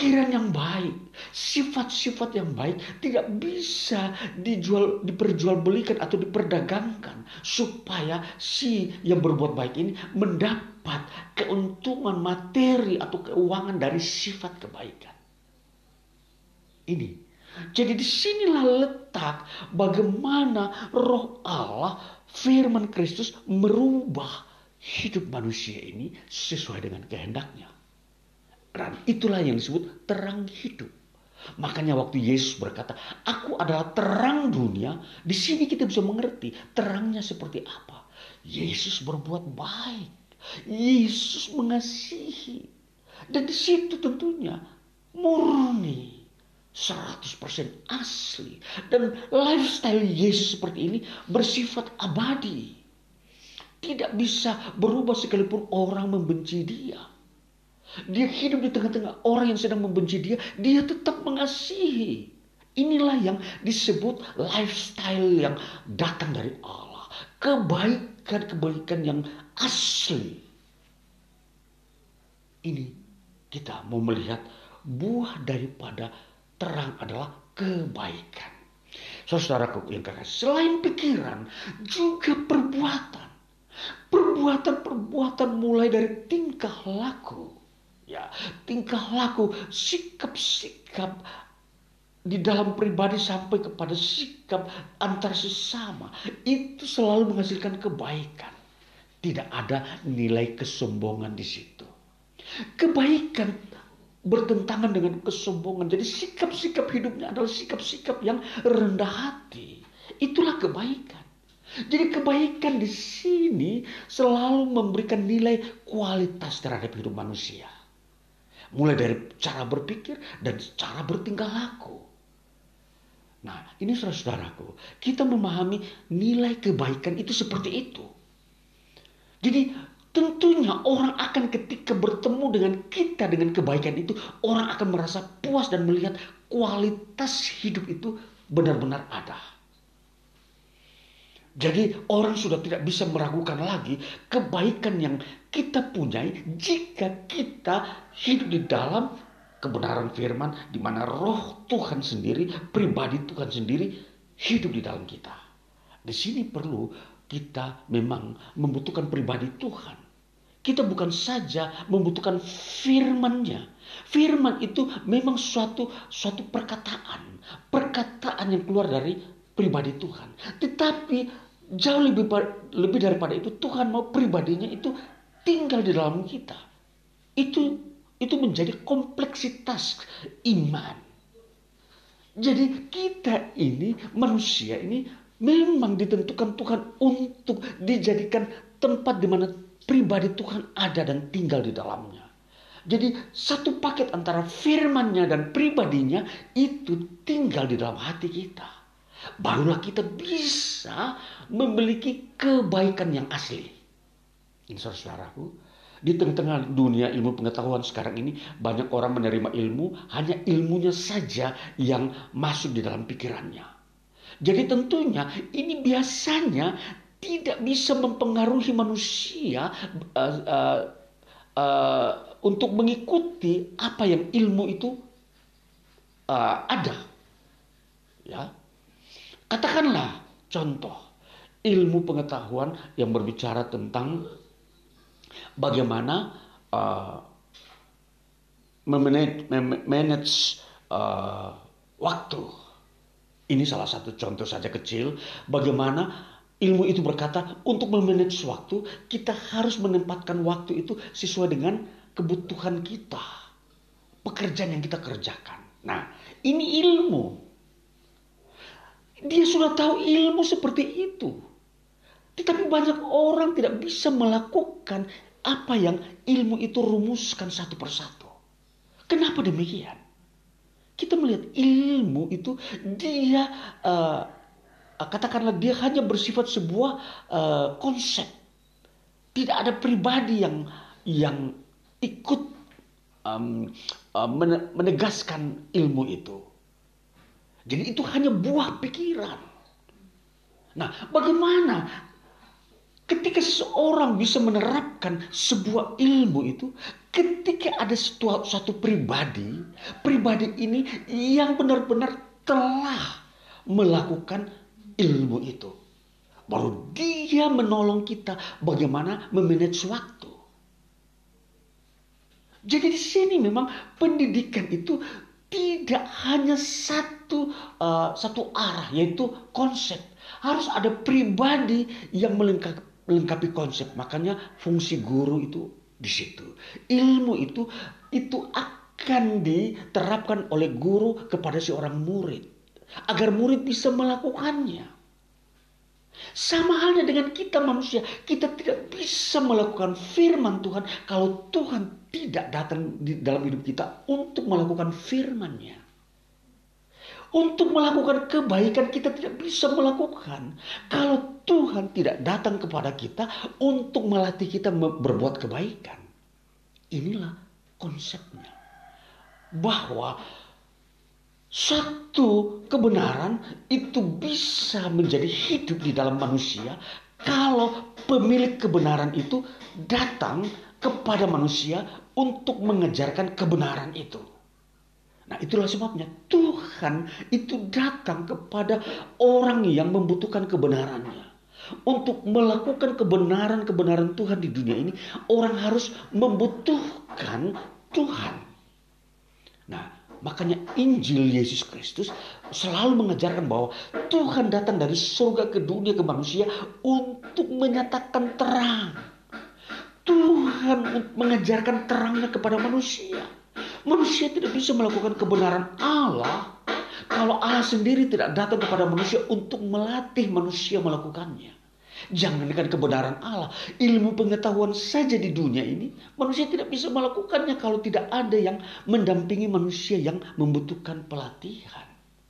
pikiran yang baik, sifat-sifat yang baik tidak bisa dijual, diperjualbelikan atau diperdagangkan supaya si yang berbuat baik ini mendapat keuntungan materi atau keuangan dari sifat kebaikan. Ini. Jadi disinilah letak bagaimana Roh Allah, firman Kristus merubah hidup manusia ini sesuai dengan kehendaknya. Dan itulah yang disebut terang hidup. Makanya waktu Yesus berkata, aku adalah terang dunia. Di sini kita bisa mengerti terangnya seperti apa. Yesus berbuat baik. Yesus mengasihi. Dan di situ tentunya murni. seratus persen asli. Dan lifestyle Yesus seperti ini bersifat abadi. Tidak bisa berubah sekalipun orang membenci dia. Dia hidup di tengah-tengah orang yang sedang membenci dia. Dia tetap mengasihi. Inilah yang disebut lifestyle yang datang dari Allah. Kebaikan-kebaikan yang asli. Ini kita mau melihat buah daripada terang adalah kebaikan. Saudaraku yang kasih, selain pikiran juga perbuatan. Perbuatan-perbuatan mulai dari tingkah laku. Ya, tingkah laku, sikap-sikap di dalam pribadi sampai kepada sikap antar sesama. Itu selalu menghasilkan kebaikan. Tidak ada nilai kesombongan di situ. Kebaikan bertentangan dengan kesombongan. Jadi sikap-sikap hidupnya adalah sikap-sikap yang rendah hati. Itulah kebaikan. Jadi kebaikan di sini selalu memberikan nilai kualitas terhadap hidup manusia. Mulai dari cara berpikir dan cara bertingkah laku. Nah, ini saudara-saudaraku, kita memahami nilai kebaikan itu seperti itu. Jadi tentunya orang akan ketika bertemu dengan kita dengan kebaikan itu, orang akan merasa puas dan melihat kualitas hidup itu benar-benar ada. Jadi orang sudah tidak bisa meragukan lagi kebaikan yang kita punyai jika kita hidup di dalam kebenaran firman, di mana Roh Tuhan sendiri, pribadi Tuhan sendiri hidup di dalam kita. Di sini perlu kita memang membutuhkan pribadi Tuhan. Kita bukan saja membutuhkan firman-Nya. Firman itu memang suatu suatu perkataan, perkataan yang keluar dari pribadi Tuhan. Tetapi jauh lebih lebih daripada itu, Tuhan mau pribadinya itu tinggal di dalam kita. Itu itu menjadi kompleksitas iman. Jadi kita ini, manusia ini memang ditentukan Tuhan untuk dijadikan tempat di mana pribadi Tuhan ada dan tinggal di dalamnya. Jadi satu paket antara firman-Nya dan pribadinya itu tinggal di dalam hati kita. Barulah kita bisa memiliki kebaikan yang asli. Ini saudara-saudaraku, di tengah-tengah dunia ilmu pengetahuan sekarang ini, banyak orang menerima ilmu, hanya ilmunya saja yang masuk di dalam pikirannya. Jadi tentunya ini biasanya tidak bisa mempengaruhi manusia uh, uh, uh, untuk mengikuti apa yang ilmu itu uh, ada. Ya. Katakanlah contoh ilmu pengetahuan yang berbicara tentang bagaimana uh, memanage, memanage uh, waktu. Ini salah satu contoh saja kecil bagaimana ilmu itu berkata untuk memanage waktu kita harus menempatkan waktu itu sesuai dengan kebutuhan kita, pekerjaan yang kita kerjakan. Nah, ini ilmu. Dia sudah tahu ilmu seperti itu. Tetapi banyak orang tidak bisa melakukan apa yang ilmu itu rumuskan satu persatu. Kenapa demikian? Kita melihat ilmu itu dia uh, katakanlah dia hanya bersifat sebuah uh, konsep. Tidak ada pribadi yang yang ikut um, uh, menegaskan ilmu itu. Jadi itu hanya buah pikiran. Nah, bagaimana Ketika seseorang bisa menerapkan sebuah ilmu itu, ketika ada suatu, suatu pribadi, pribadi ini yang benar-benar telah melakukan ilmu itu, baru dia menolong kita bagaimana memanage waktu. Jadi di sini memang pendidikan itu tidak hanya satu uh, satu arah, yaitu konsep. Harus ada pribadi yang melengkapi, melengkapi konsep. Makanya fungsi guru itu di situ. Ilmu itu itu akan diterapkan oleh guru kepada seorang murid agar murid bisa melakukannya. Sama halnya dengan kita manusia, kita tidak bisa melakukan firman Tuhan kalau Tuhan tidak datang di dalam hidup kita untuk melakukan firman-Nya. Untuk melakukan kebaikan kita tidak bisa melakukan kalau Tuhan tidak datang kepada kita untuk melatih kita berbuat kebaikan. Inilah konsepnya. Bahwa satu kebenaran itu bisa menjadi hidup di dalam manusia kalau pemilik kebenaran itu datang kepada manusia untuk mengejarkan kebenaran itu. Nah, itulah sebabnya Tuhan itu datang kepada orang yang membutuhkan kebenarannya. Untuk melakukan kebenaran-kebenaran Tuhan di dunia ini, orang harus membutuhkan Tuhan. Nah, makanya Injil Yesus Kristus selalu mengajarkan bahwa Tuhan datang dari surga ke dunia ke manusia untuk menyatakan terang. Tuhan mengajarkan terangnya kepada manusia. Manusia tidak bisa melakukan kebenaran Allah kalau Allah sendiri tidak datang kepada manusia untuk melatih manusia melakukannya. Jangan dengan kebenaran Allah, ilmu pengetahuan saja di dunia ini, manusia tidak bisa melakukannya kalau tidak ada yang mendampingi manusia yang membutuhkan pelatihan.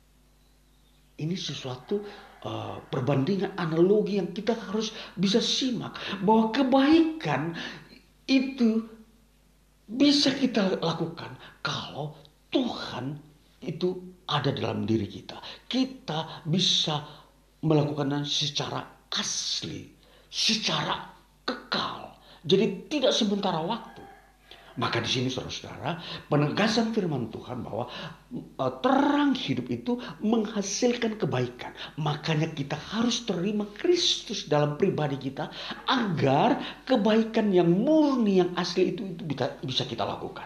Ini sesuatu uh, perbandingan analogi yang kita harus bisa simak. Bahwa kebaikan itu bisa kita lakukan kalau Tuhan itu ada dalam diri kita. Kita bisa melakukannya secara asli, secara kekal. Jadi tidak sementara waktu. Maka di sini saudara-saudara, penegasan firman Tuhan bahwa uh, terang hidup itu menghasilkan kebaikan. Makanya kita harus terima Kristus dalam pribadi kita agar kebaikan yang murni, yang asli itu, itu bisa, bisa kita lakukan.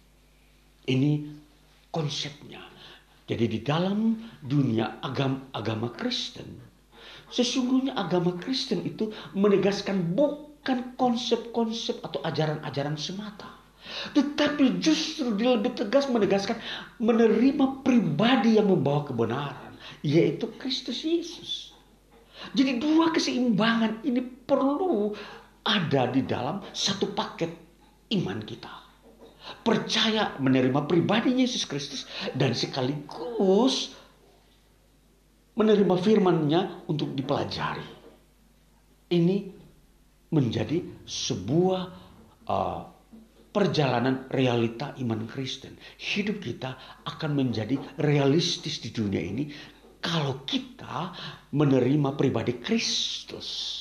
Ini konsepnya. Jadi di dalam dunia agama, agama Kristen, sesungguhnya agama Kristen itu menegaskan bukan konsep-konsep atau ajaran-ajaran semata. Tetapi justru dia lebih tegas menegaskan menerima pribadi yang membawa kebenaran, yaitu Kristus Yesus. Jadi dua keseimbangan ini perlu ada di dalam satu paket iman kita. Percaya menerima pribadi Yesus Kristus dan sekaligus menerima firman-Nya untuk dipelajari. Ini menjadi sebuah uh, perjalanan realita iman Kristen. Hidup kita akan menjadi realistis di dunia ini kalau kita menerima pribadi Kristus.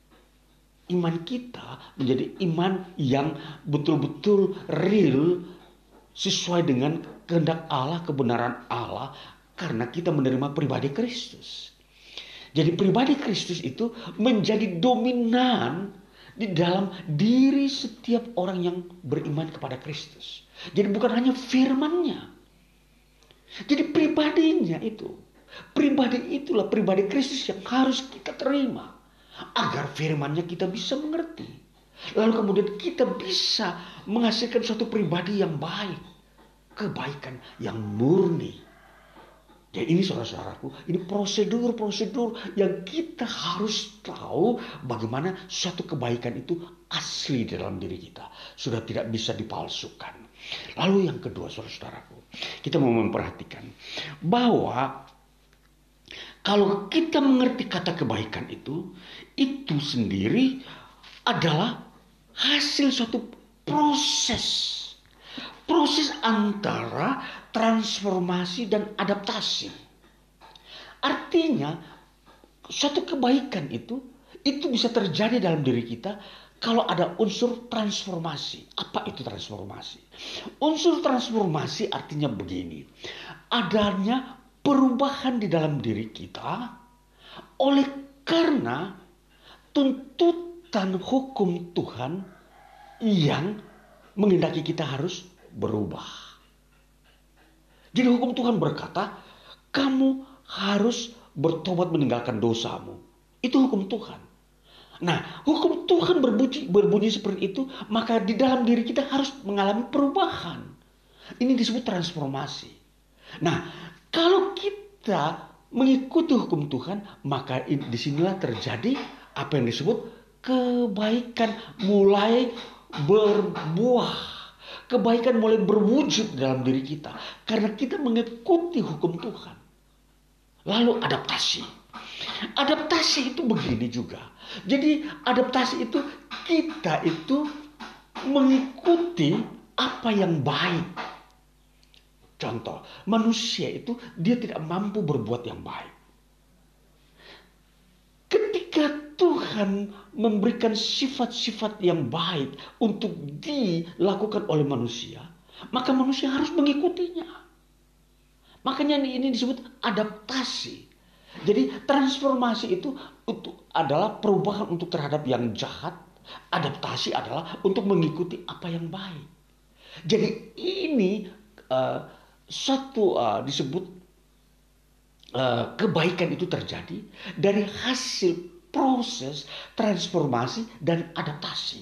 Iman kita menjadi iman yang betul-betul real sesuai dengan kehendak Allah, kebenaran Allah, karena kita menerima pribadi Kristus. Jadi pribadi Kristus itu menjadi dominan di dalam diri setiap orang yang beriman kepada Kristus. Jadi bukan hanya firman-Nya. Jadi pribadinya itu. Pribadi itulah pribadi Kristus yang harus kita terima. Agar firman-Nya kita bisa mengerti. Lalu kemudian kita bisa menghasilkan suatu pribadi yang baik. Kebaikan yang murni. Jadi ini saudara-saudaraku, ini prosedur-prosedur yang kita harus tahu bagaimana suatu kebaikan itu asli dalam diri kita. Sudah tidak bisa dipalsukan. Lalu yang kedua saudara-saudaraku, kita mau memperhatikan bahwa kalau kita mengerti kata kebaikan itu, itu sendiri adalah hasil suatu proses. Proses antara transformasi dan adaptasi. Artinya, suatu kebaikan itu, itu bisa terjadi dalam diri kita kalau ada unsur transformasi. Apa itu transformasi? Unsur transformasi artinya begini. Adanya perubahan di dalam diri kita oleh karena tuntutan hukum Tuhan yang menghendaki kita harus berubah. Jadi hukum Tuhan berkata, kamu harus bertobat meninggalkan dosamu. Itu hukum Tuhan. Nah, hukum Tuhan berbunyi, berbunyi seperti itu, maka di dalam diri kita harus mengalami perubahan. Ini disebut transformasi. Nah, kalau kita mengikuti hukum Tuhan, maka disinilah terjadi apa yang disebut kebaikan mulai berbuah. Kebaikan mulai berwujud dalam diri kita karena kita mengikuti hukum Tuhan. Lalu adaptasi. Adaptasi itu begini juga. Jadi adaptasi itu kita itu mengikuti apa yang baik. Contoh, manusia itu dia tidak mampu berbuat yang baik. Ketika Tuhan memberikan sifat-sifat yang baik untuk dilakukan oleh manusia, maka manusia harus mengikutinya. Makanya ini disebut adaptasi. Jadi transformasi itu untuk adalah perubahan untuk terhadap yang jahat. Adaptasi adalah untuk mengikuti apa yang baik. Jadi ini uh, satu uh, disebut uh, kebaikan itu terjadi dari hasil proses transformasi dan adaptasi.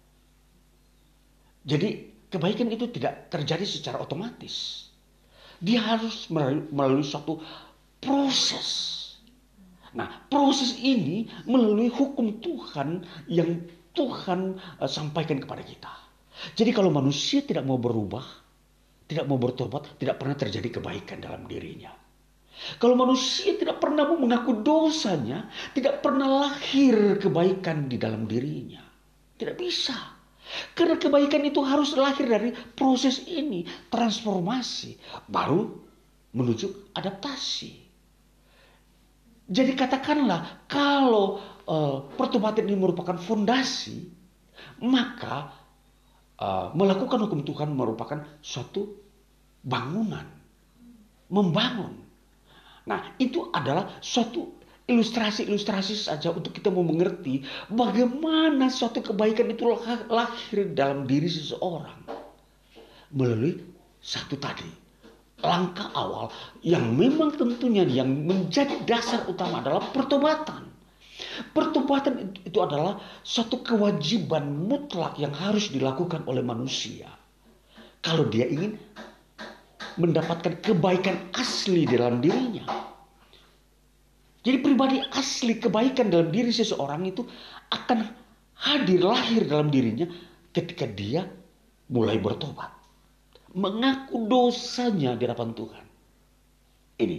Jadi kebaikan itu tidak terjadi secara otomatis. Dia harus melalui, melalui suatu proses. Nah, proses ini melalui hukum Tuhan yang Tuhan uh, sampaikan kepada kita. Jadi kalau manusia tidak mau berubah, tidak mau bertobat, tidak pernah terjadi kebaikan dalam dirinya. Kalau manusia tidak pernah mengaku dosanya, tidak pernah lahir kebaikan di dalam dirinya. Tidak bisa. Karena kebaikan itu harus lahir dari proses ini, transformasi, baru menuju adaptasi. Jadi katakanlah kalau uh, pertobatan ini merupakan fondasi, maka uh, melakukan hukum Tuhan merupakan suatu bangunan, membangun. Nah, itu adalah suatu ilustrasi-ilustrasi saja untuk kita mau mengerti bagaimana suatu kebaikan itu lahir dalam diri seseorang. Melalui satu tadi, langkah awal yang memang tentunya yang menjadi dasar utama adalah pertobatan. Pertobatan itu adalah suatu kewajiban mutlak yang harus dilakukan oleh manusia. Kalau dia ingin mendapatkan kebaikan asli dalam dirinya. Jadi pribadi asli kebaikan dalam diri seseorang itu akan hadir lahir dalam dirinya ketika dia mulai bertobat. Mengaku dosanya di hadapan Tuhan. Ini.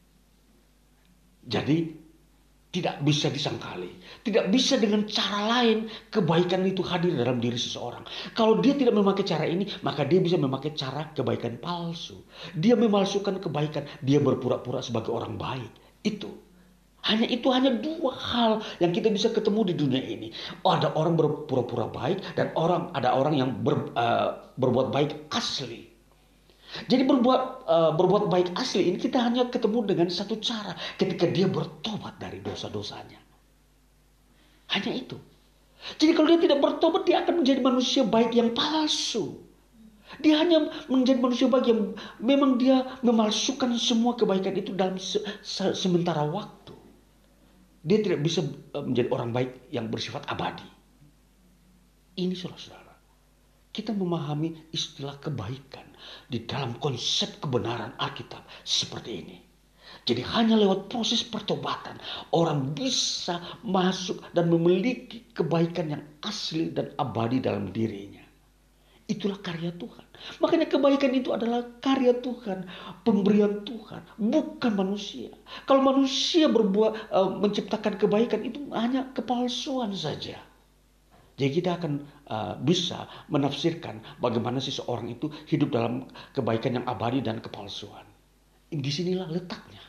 Jadi tidak bisa disangkali. Tidak bisa dengan cara lain kebaikan itu hadir dalam diri seseorang. Kalau dia tidak memakai cara ini, maka dia bisa memakai cara kebaikan palsu. Dia memalsukan kebaikan. Dia berpura-pura sebagai orang baik. Itu. Hanya itu hanya dua hal yang kita bisa ketemu di dunia ini. Oh, ada orang berpura-pura baik dan orang ada orang yang ber, uh, berbuat baik asli. Jadi berbuat uh, berbuat baik asli ini kita hanya ketemu dengan satu cara, ketika dia bertobat dari dosa-dosanya. Hanya itu. Jadi kalau dia tidak bertobat, dia akan menjadi manusia baik yang palsu. Dia hanya menjadi manusia baik yang memang dia memalsukan semua kebaikan itu dalam se- se- sementara waktu. Dia tidak bisa menjadi orang baik yang bersifat abadi. Ini saudara-saudara. Kita memahami istilah kebaikan di dalam konsep kebenaran Alkitab seperti ini. Jadi hanya lewat proses pertobatan orang bisa masuk dan memiliki kebaikan yang asli dan abadi dalam dirinya. Itulah karya Tuhan. Makanya kebaikan itu adalah karya Tuhan, pemberian Tuhan, bukan manusia. Kalau manusia berbuat uh, menciptakan kebaikan itu hanya kepalsuan saja. Jadi kita akan uh, bisa menafsirkan bagaimana seseorang itu hidup dalam kebaikan yang abadi dan kepalsuan. Disinilah letaknya.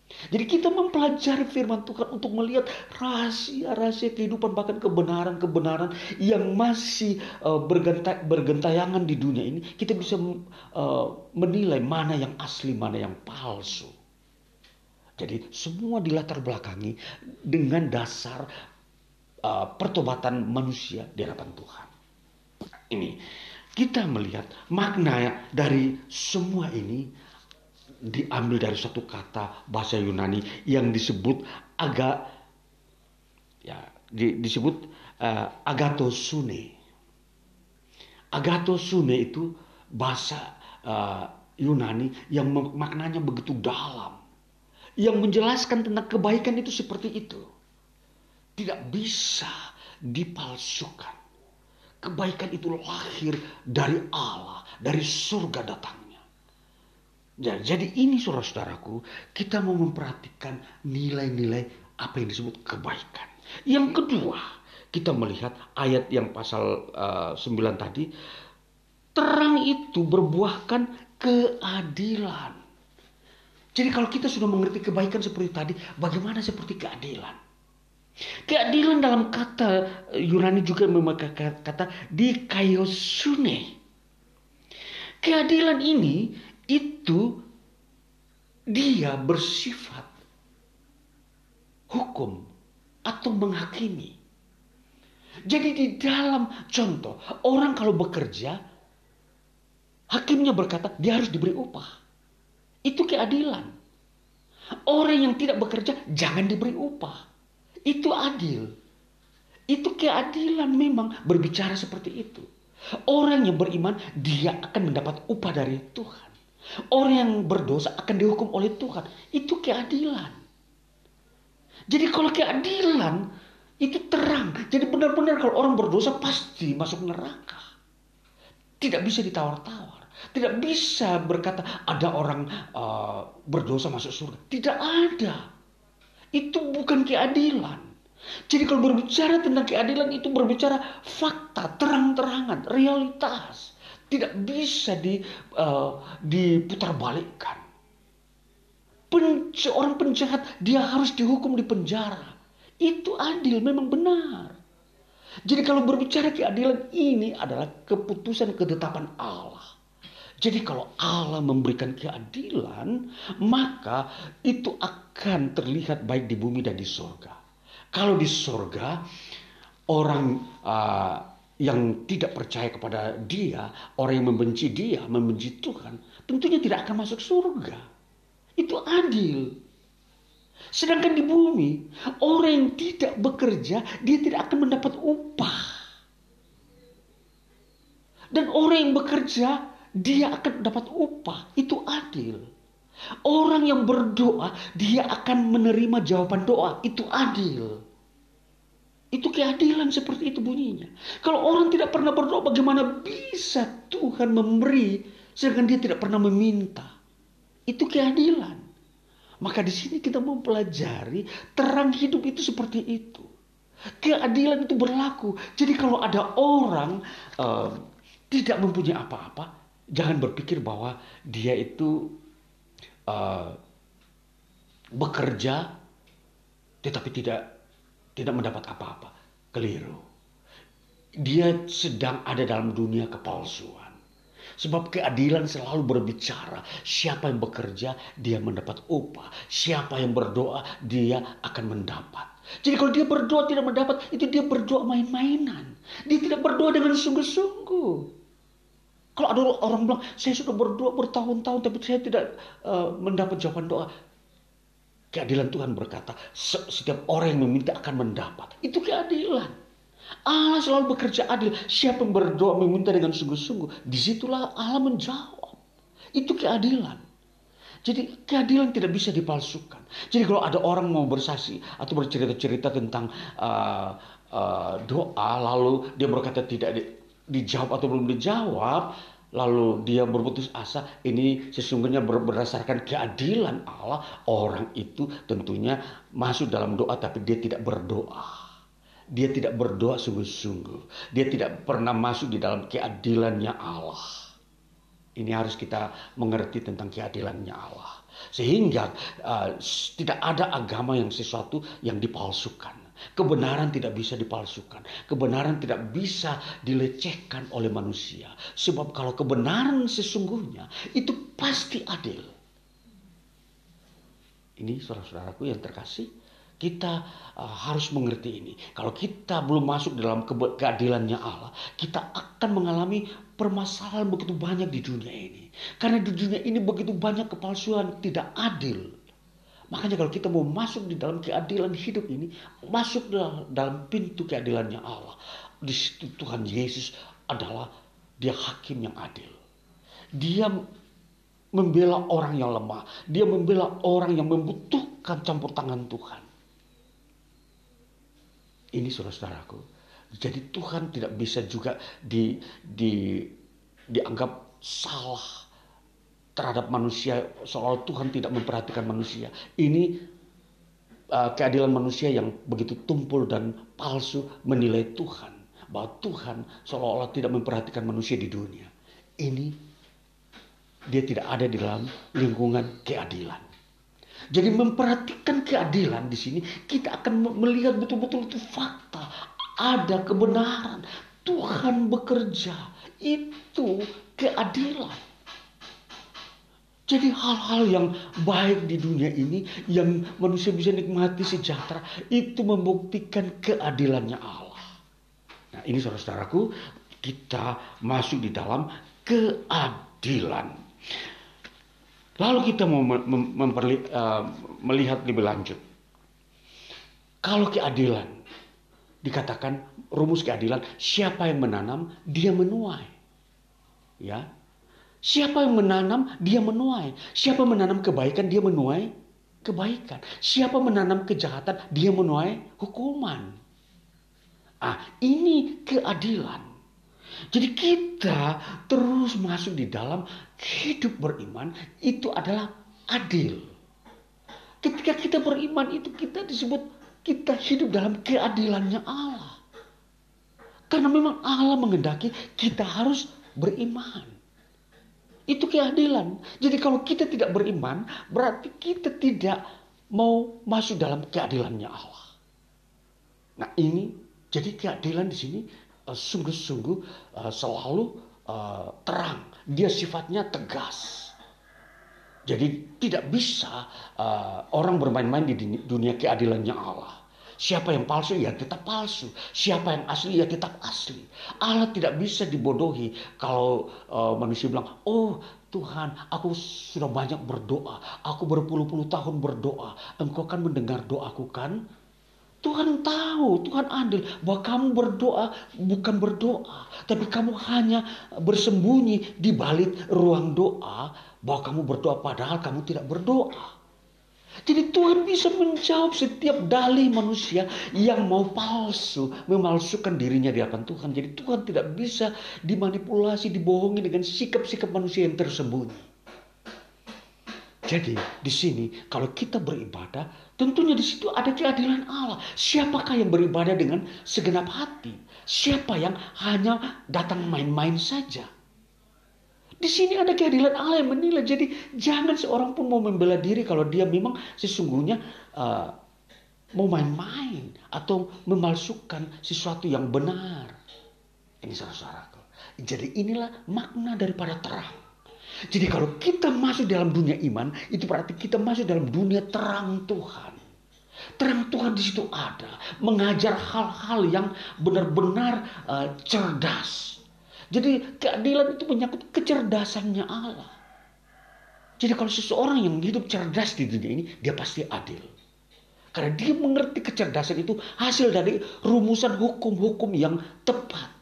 Jadi kita mempelajari firman Tuhan untuk melihat rahasia-rahasia kehidupan, bahkan kebenaran-kebenaran yang masih uh, bergenta- bergentayangan di dunia ini. Kita bisa uh, menilai mana yang asli, mana yang palsu. Jadi semua dilatar belakangi dengan dasar uh, pertobatan manusia di hadapan Tuhan. Ini kita melihat makna dari semua ini diambil dari satu kata bahasa Yunani yang disebut aga ya di, disebut uh, agatosune. Agatosune itu bahasa uh, Yunani yang maknanya begitu dalam, yang menjelaskan tentang kebaikan itu seperti itu. Tidak bisa dipalsukan. Kebaikan itu lahir dari Allah, dari surga datangnya. Ya, jadi ini saudara-saudaraku, kita mau memperhatikan nilai-nilai apa yang disebut kebaikan. Yang kedua, kita melihat ayat yang pasal uh, sembilan tadi, terang itu berbuahkan keadilan. Jadi kalau kita sudah mengerti kebaikan seperti tadi, bagaimana seperti keadilan? Keadilan dalam kata Yunani juga memakai kata dikaiosune. Keadilan ini itu dia bersifat hukum atau menghakimi. Jadi di dalam contoh, orang kalau bekerja, hakimnya berkata dia harus diberi upah. Itu keadilan. Orang yang tidak bekerja jangan diberi upah. Itu adil. Itu keadilan memang berbicara seperti itu. Orang yang beriman dia akan mendapat upah dari Tuhan. Orang yang berdosa akan dihukum oleh Tuhan. Itu keadilan. Jadi kalau keadilan itu terang. Jadi benar-benar kalau orang berdosa pasti masuk neraka. Tidak bisa ditawar-tawar. Tidak bisa berkata ada orang uh, berdosa masuk surga. Tidak ada. Itu bukan keadilan. Jadi kalau berbicara tentang keadilan itu berbicara fakta, terang-terangan, realitas. Tidak bisa di, uh, diputarbalikkan. Pen, orang penjahat dia harus dihukum di penjara. Itu adil, memang benar. Jadi kalau berbicara keadilan ini adalah keputusan ketetapan Allah. Jadi kalau Allah memberikan keadilan, maka itu akan terlihat baik di bumi dan di surga. Kalau di surga, orang uh, yang tidak percaya kepada dia, orang yang membenci dia, membenci Tuhan, tentunya tidak akan masuk surga. Itu adil. Sedangkan di bumi, orang yang tidak bekerja, dia tidak akan mendapat upah. Dan orang yang bekerja, dia akan mendapat upah. Itu adil. Orang yang berdoa, dia akan menerima jawaban doa. Itu adil. Itu keadilan seperti itu bunyinya. Kalau orang tidak pernah berdoa, bagaimana bisa Tuhan memberi sedangkan dia tidak pernah meminta? Itu keadilan. Maka di sini kita mempelajari terang hidup itu seperti itu. Keadilan itu berlaku. Jadi kalau ada orang uh, tidak mempunyai apa-apa, jangan berpikir bahwa dia itu uh, bekerja tetapi tidak tidak mendapat apa-apa. Keliru. Dia sedang ada dalam dunia kepalsuan. Sebab keadilan selalu berbicara. Siapa yang bekerja, dia mendapat upah. Siapa yang berdoa, dia akan mendapat. Jadi kalau dia berdoa tidak mendapat, itu dia berdoa main-mainan. Dia tidak berdoa dengan sungguh-sungguh. Kalau ada orang bilang, saya sudah berdoa bertahun-tahun tapi saya tidak uh, mendapat jawaban doa. Keadilan Tuhan berkata, setiap orang yang meminta akan mendapat. Itu keadilan. Allah selalu bekerja adil. Siapa yang berdoa meminta dengan sungguh-sungguh, disitulah Allah menjawab. Itu keadilan. Jadi keadilan tidak bisa dipalsukan. Jadi kalau ada orang mau bersaksi atau bercerita-cerita tentang uh, uh, doa, lalu dia berkata tidak di, dijawab atau belum dijawab, lalu dia berputus asa, ini sesungguhnya berdasarkan keadilan Allah. Orang itu tentunya masuk dalam doa tapi dia tidak berdoa. Dia tidak berdoa sungguh-sungguh. Dia tidak pernah masuk di dalam keadilannya Allah. Ini harus kita mengerti tentang keadilannya Allah. Sehingga uh, tidak ada agama yang sesuatu yang dipalsukan. Kebenaran tidak bisa dipalsukan. Kebenaran tidak bisa dilecehkan oleh manusia. Sebab kalau kebenaran sesungguhnya itu pasti adil. Ini saudara-saudaraku yang terkasih, kita uh, harus mengerti ini. Kalau kita belum masuk dalam ke- keadilannya Allah, kita akan mengalami permasalahan begitu banyak di dunia ini. Karena di dunia ini begitu banyak kepalsuan, tidak adil. Makanya kalau kita mau masuk di dalam keadilan hidup ini, masuk dalam pintu keadilannya Allah. Di situ Tuhan Yesus adalah Dia hakim yang adil. Dia membela orang yang lemah. Dia membela orang yang membutuhkan campur tangan Tuhan. Ini saudara-saudaraku. Jadi Tuhan tidak bisa juga di, di, dianggap salah terhadap manusia, seolah Tuhan tidak memperhatikan manusia. Ini uh, keadilan manusia yang begitu tumpul dan palsu menilai Tuhan. Bahwa Tuhan seolah-olah tidak memperhatikan manusia di dunia. Ini dia tidak ada di dalam lingkungan keadilan. Jadi memperhatikan keadilan di sini, kita akan melihat betul-betul itu fakta. Ada kebenaran. Tuhan bekerja. Itu keadilan. Jadi hal-hal yang baik di dunia ini, yang manusia bisa nikmati sejahtera, itu membuktikan keadilannya Allah. Nah ini saudara-saudaraku, kita masuk di dalam keadilan. Lalu kita mau memperli, uh, melihat lebih lanjut. Kalau keadilan, dikatakan rumus keadilan, siapa yang menanam, dia menuai. Ya, siapa yang menanam, dia menuai. Siapa menanam kebaikan, dia menuai kebaikan. Siapa menanam kejahatan, dia menuai hukuman. Ah, ini keadilan. Jadi kita terus masuk di dalam hidup beriman, itu adalah adil. Ketika kita beriman itu kita disebut kita hidup dalam keadilannya Allah. Karena memang Allah menghendaki kita harus beriman. Itu keadilan. Jadi kalau kita tidak beriman, berarti kita tidak mau masuk dalam keadilannya Allah. Nah ini, jadi keadilan di sini uh, sungguh-sungguh uh, selalu uh, terang. Dia sifatnya tegas. Jadi tidak bisa uh, orang bermain-main di dunia keadilannya Allah. Siapa yang palsu ya tetap palsu. Siapa yang asli ya tetap asli. Allah tidak bisa dibodohi. Kalau uh, manusia bilang, oh Tuhan, aku sudah banyak berdoa. Aku berpuluh-puluh tahun berdoa. Engkau kan mendengar doaku kan? Tuhan tahu, Tuhan adil bahwa kamu berdoa bukan berdoa, tapi kamu hanya bersembunyi di balik ruang doa bahwa kamu berdoa padahal kamu tidak berdoa. Jadi Tuhan bisa menjawab setiap dalih manusia yang mau palsu, memalsukan dirinya di hadapan Tuhan. Jadi Tuhan tidak bisa dimanipulasi, dibohongi dengan sikap-sikap manusia yang tersembunyi. Jadi di sini kalau kita beribadah, tentunya di situ ada keadilan Allah. Siapakah yang beribadah dengan segenap hati? Siapa yang hanya datang main-main saja? Di sini ada keadilan Allah yang menilai. Jadi jangan seorang pun mau membela diri kalau dia memang sesungguhnya uh, mau main-main atau memalsukan sesuatu yang benar. Ini saudara-saudaraku. Jadi inilah makna daripada terang. Jadi kalau kita masuk dalam dunia iman, itu berarti kita masuk dalam dunia terang Tuhan. Terang Tuhan di situ ada, mengajar hal-hal yang benar-benar uh, cerdas. Jadi keadilan itu menyangkut kecerdasannya Allah. Jadi kalau seseorang yang hidup cerdas di dunia ini, dia pasti adil. Karena dia mengerti kecerdasan itu hasil dari rumusan hukum-hukum yang tepat.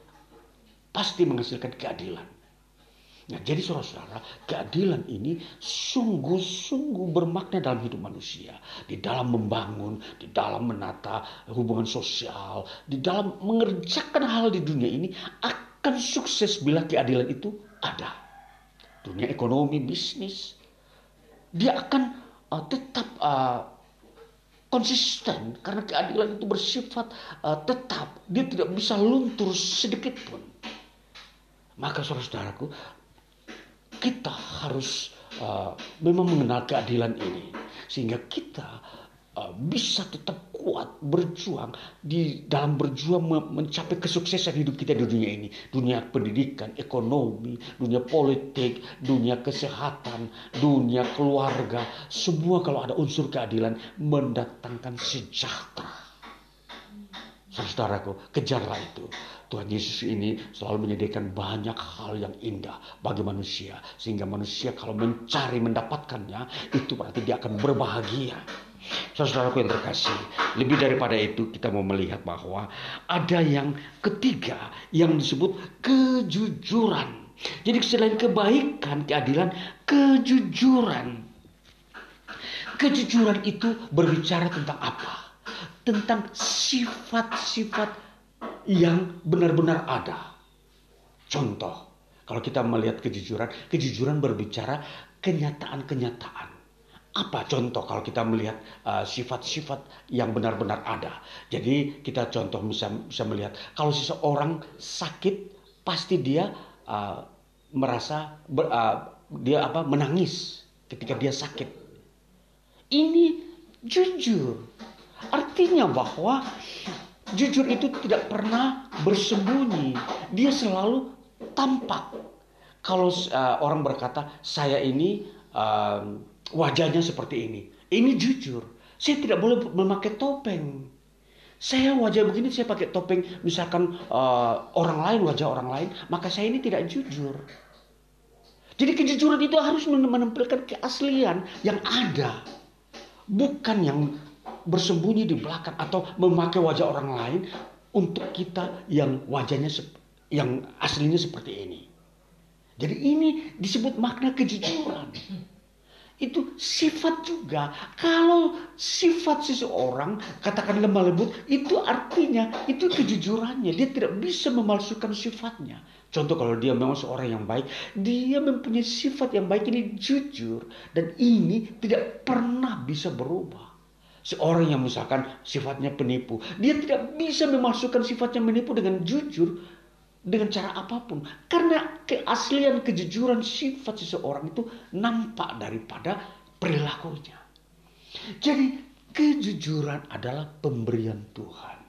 Pasti menghasilkan keadilan. Nah, jadi saudara-saudara, keadilan ini sungguh-sungguh bermakna dalam hidup manusia. Di dalam membangun, di dalam menata hubungan sosial, di dalam mengerjakan hal di dunia ini akan sukses bila keadilan itu ada. Dunia ekonomi, bisnis, dia akan uh, tetap uh, konsisten karena keadilan itu bersifat uh, tetap. Dia tidak bisa luntur sedikit pun. Maka saudara-saudaraku, harus uh, memang mengenal keadilan ini, sehingga kita uh, bisa tetap kuat berjuang di dalam berjuang mencapai kesuksesan hidup kita di dunia ini, dunia pendidikan, ekonomi, dunia politik, dunia kesehatan, dunia keluarga. Semua kalau ada unsur keadilan mendatangkan sejahtera. Saudaraku, kejarlah itu. Tuhan Yesus ini selalu menyediakan banyak hal yang indah bagi manusia, sehingga manusia kalau mencari mendapatkannya, itu berarti dia akan berbahagia. Saudaraku yang terkasih, lebih daripada itu kita mau melihat bahwa ada yang ketiga yang disebut kejujuran. Jadi selain kebaikan, keadilan, kejujuran. Kejujuran itu berbicara tentang apa? Tentang sifat-sifat yang benar-benar ada. Contoh, kalau kita melihat kejujuran, kejujuran berbicara kenyataan-kenyataan. Apa contoh kalau kita melihat uh, sifat-sifat yang benar-benar ada? Jadi kita contoh bisa, bisa melihat kalau seseorang sakit, pasti dia uh, merasa ber, uh, dia apa menangis ketika dia sakit. Ini jujur. Artinya bahwa jujur itu tidak pernah bersembunyi. Dia selalu tampak. Kalau uh, orang berkata, saya ini uh, wajahnya seperti ini. Ini jujur. Saya tidak boleh memakai topeng. Saya wajah begini, saya pakai topeng. Misalkan uh, orang lain, wajah orang lain. Maka saya ini tidak jujur. Jadi kejujuran itu harus menampilkan keaslian yang ada. Bukan yang bersembunyi di belakang atau memakai wajah orang lain untuk kita yang wajahnya yang aslinya seperti ini. Jadi ini disebut makna kejujuran. Itu sifat juga. Kalau sifat seseorang katakan lemah lembut, itu artinya itu kejujurannya. Dia tidak bisa memalsukan sifatnya. Contoh kalau dia memang seorang yang baik, dia mempunyai sifat yang baik, ini jujur, dan ini tidak pernah bisa berubah. Seorang yang misalkan sifatnya penipu, dia tidak bisa memasukkan sifatnya menipu dengan jujur, dengan cara apapun. Karena keaslian kejujuran sifat seseorang itu nampak daripada perilakunya. Jadi kejujuran adalah pemberian Tuhan.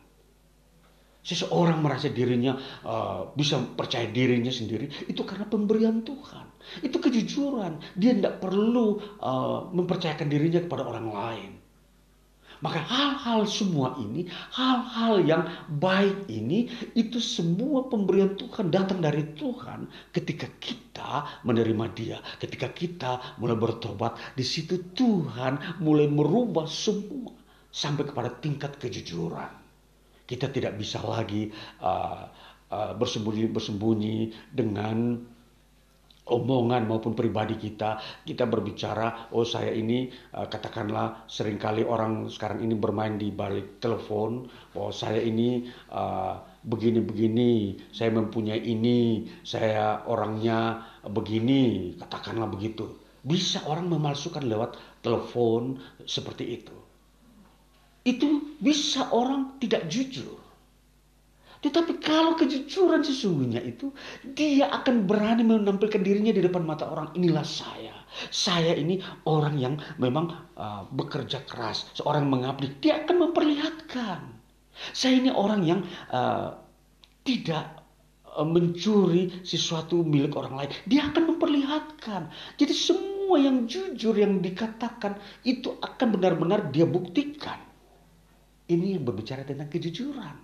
Seseorang merasa dirinya uh, bisa percaya dirinya sendiri, itu karena pemberian Tuhan. Itu kejujuran. Dia tidak perlu uh, mempercayakan dirinya kepada orang lain. Maka hal-hal semua ini, hal-hal yang baik ini, itu semua pemberian Tuhan, datang dari Tuhan ketika kita menerima Dia. Ketika kita mulai bertobat, di situ Tuhan mulai merubah semua sampai kepada tingkat kejujuran. Kita tidak bisa lagi uh, uh, bersembunyi-bersembunyi dengan omongan maupun pribadi kita. Kita berbicara, oh saya ini uh, katakanlah seringkali orang sekarang ini bermain di balik telepon, oh saya ini uh, begini-begini, saya mempunyai ini, saya orangnya begini, katakanlah begitu. Bisa orang memalsukan lewat telepon seperti itu. Itu bisa orang tidak jujur. Tetapi kalau kejujuran sesungguhnya itu, dia akan berani menampilkan dirinya di depan mata orang. Inilah saya. Saya ini orang yang memang uh, bekerja keras. Seorang mengabdi. Dia akan memperlihatkan. Saya ini orang yang uh, tidak uh, mencuri sesuatu milik orang lain. Dia akan memperlihatkan. Jadi semua yang jujur yang dikatakan itu akan benar-benar dia buktikan. Ini yang berbicara tentang kejujuran.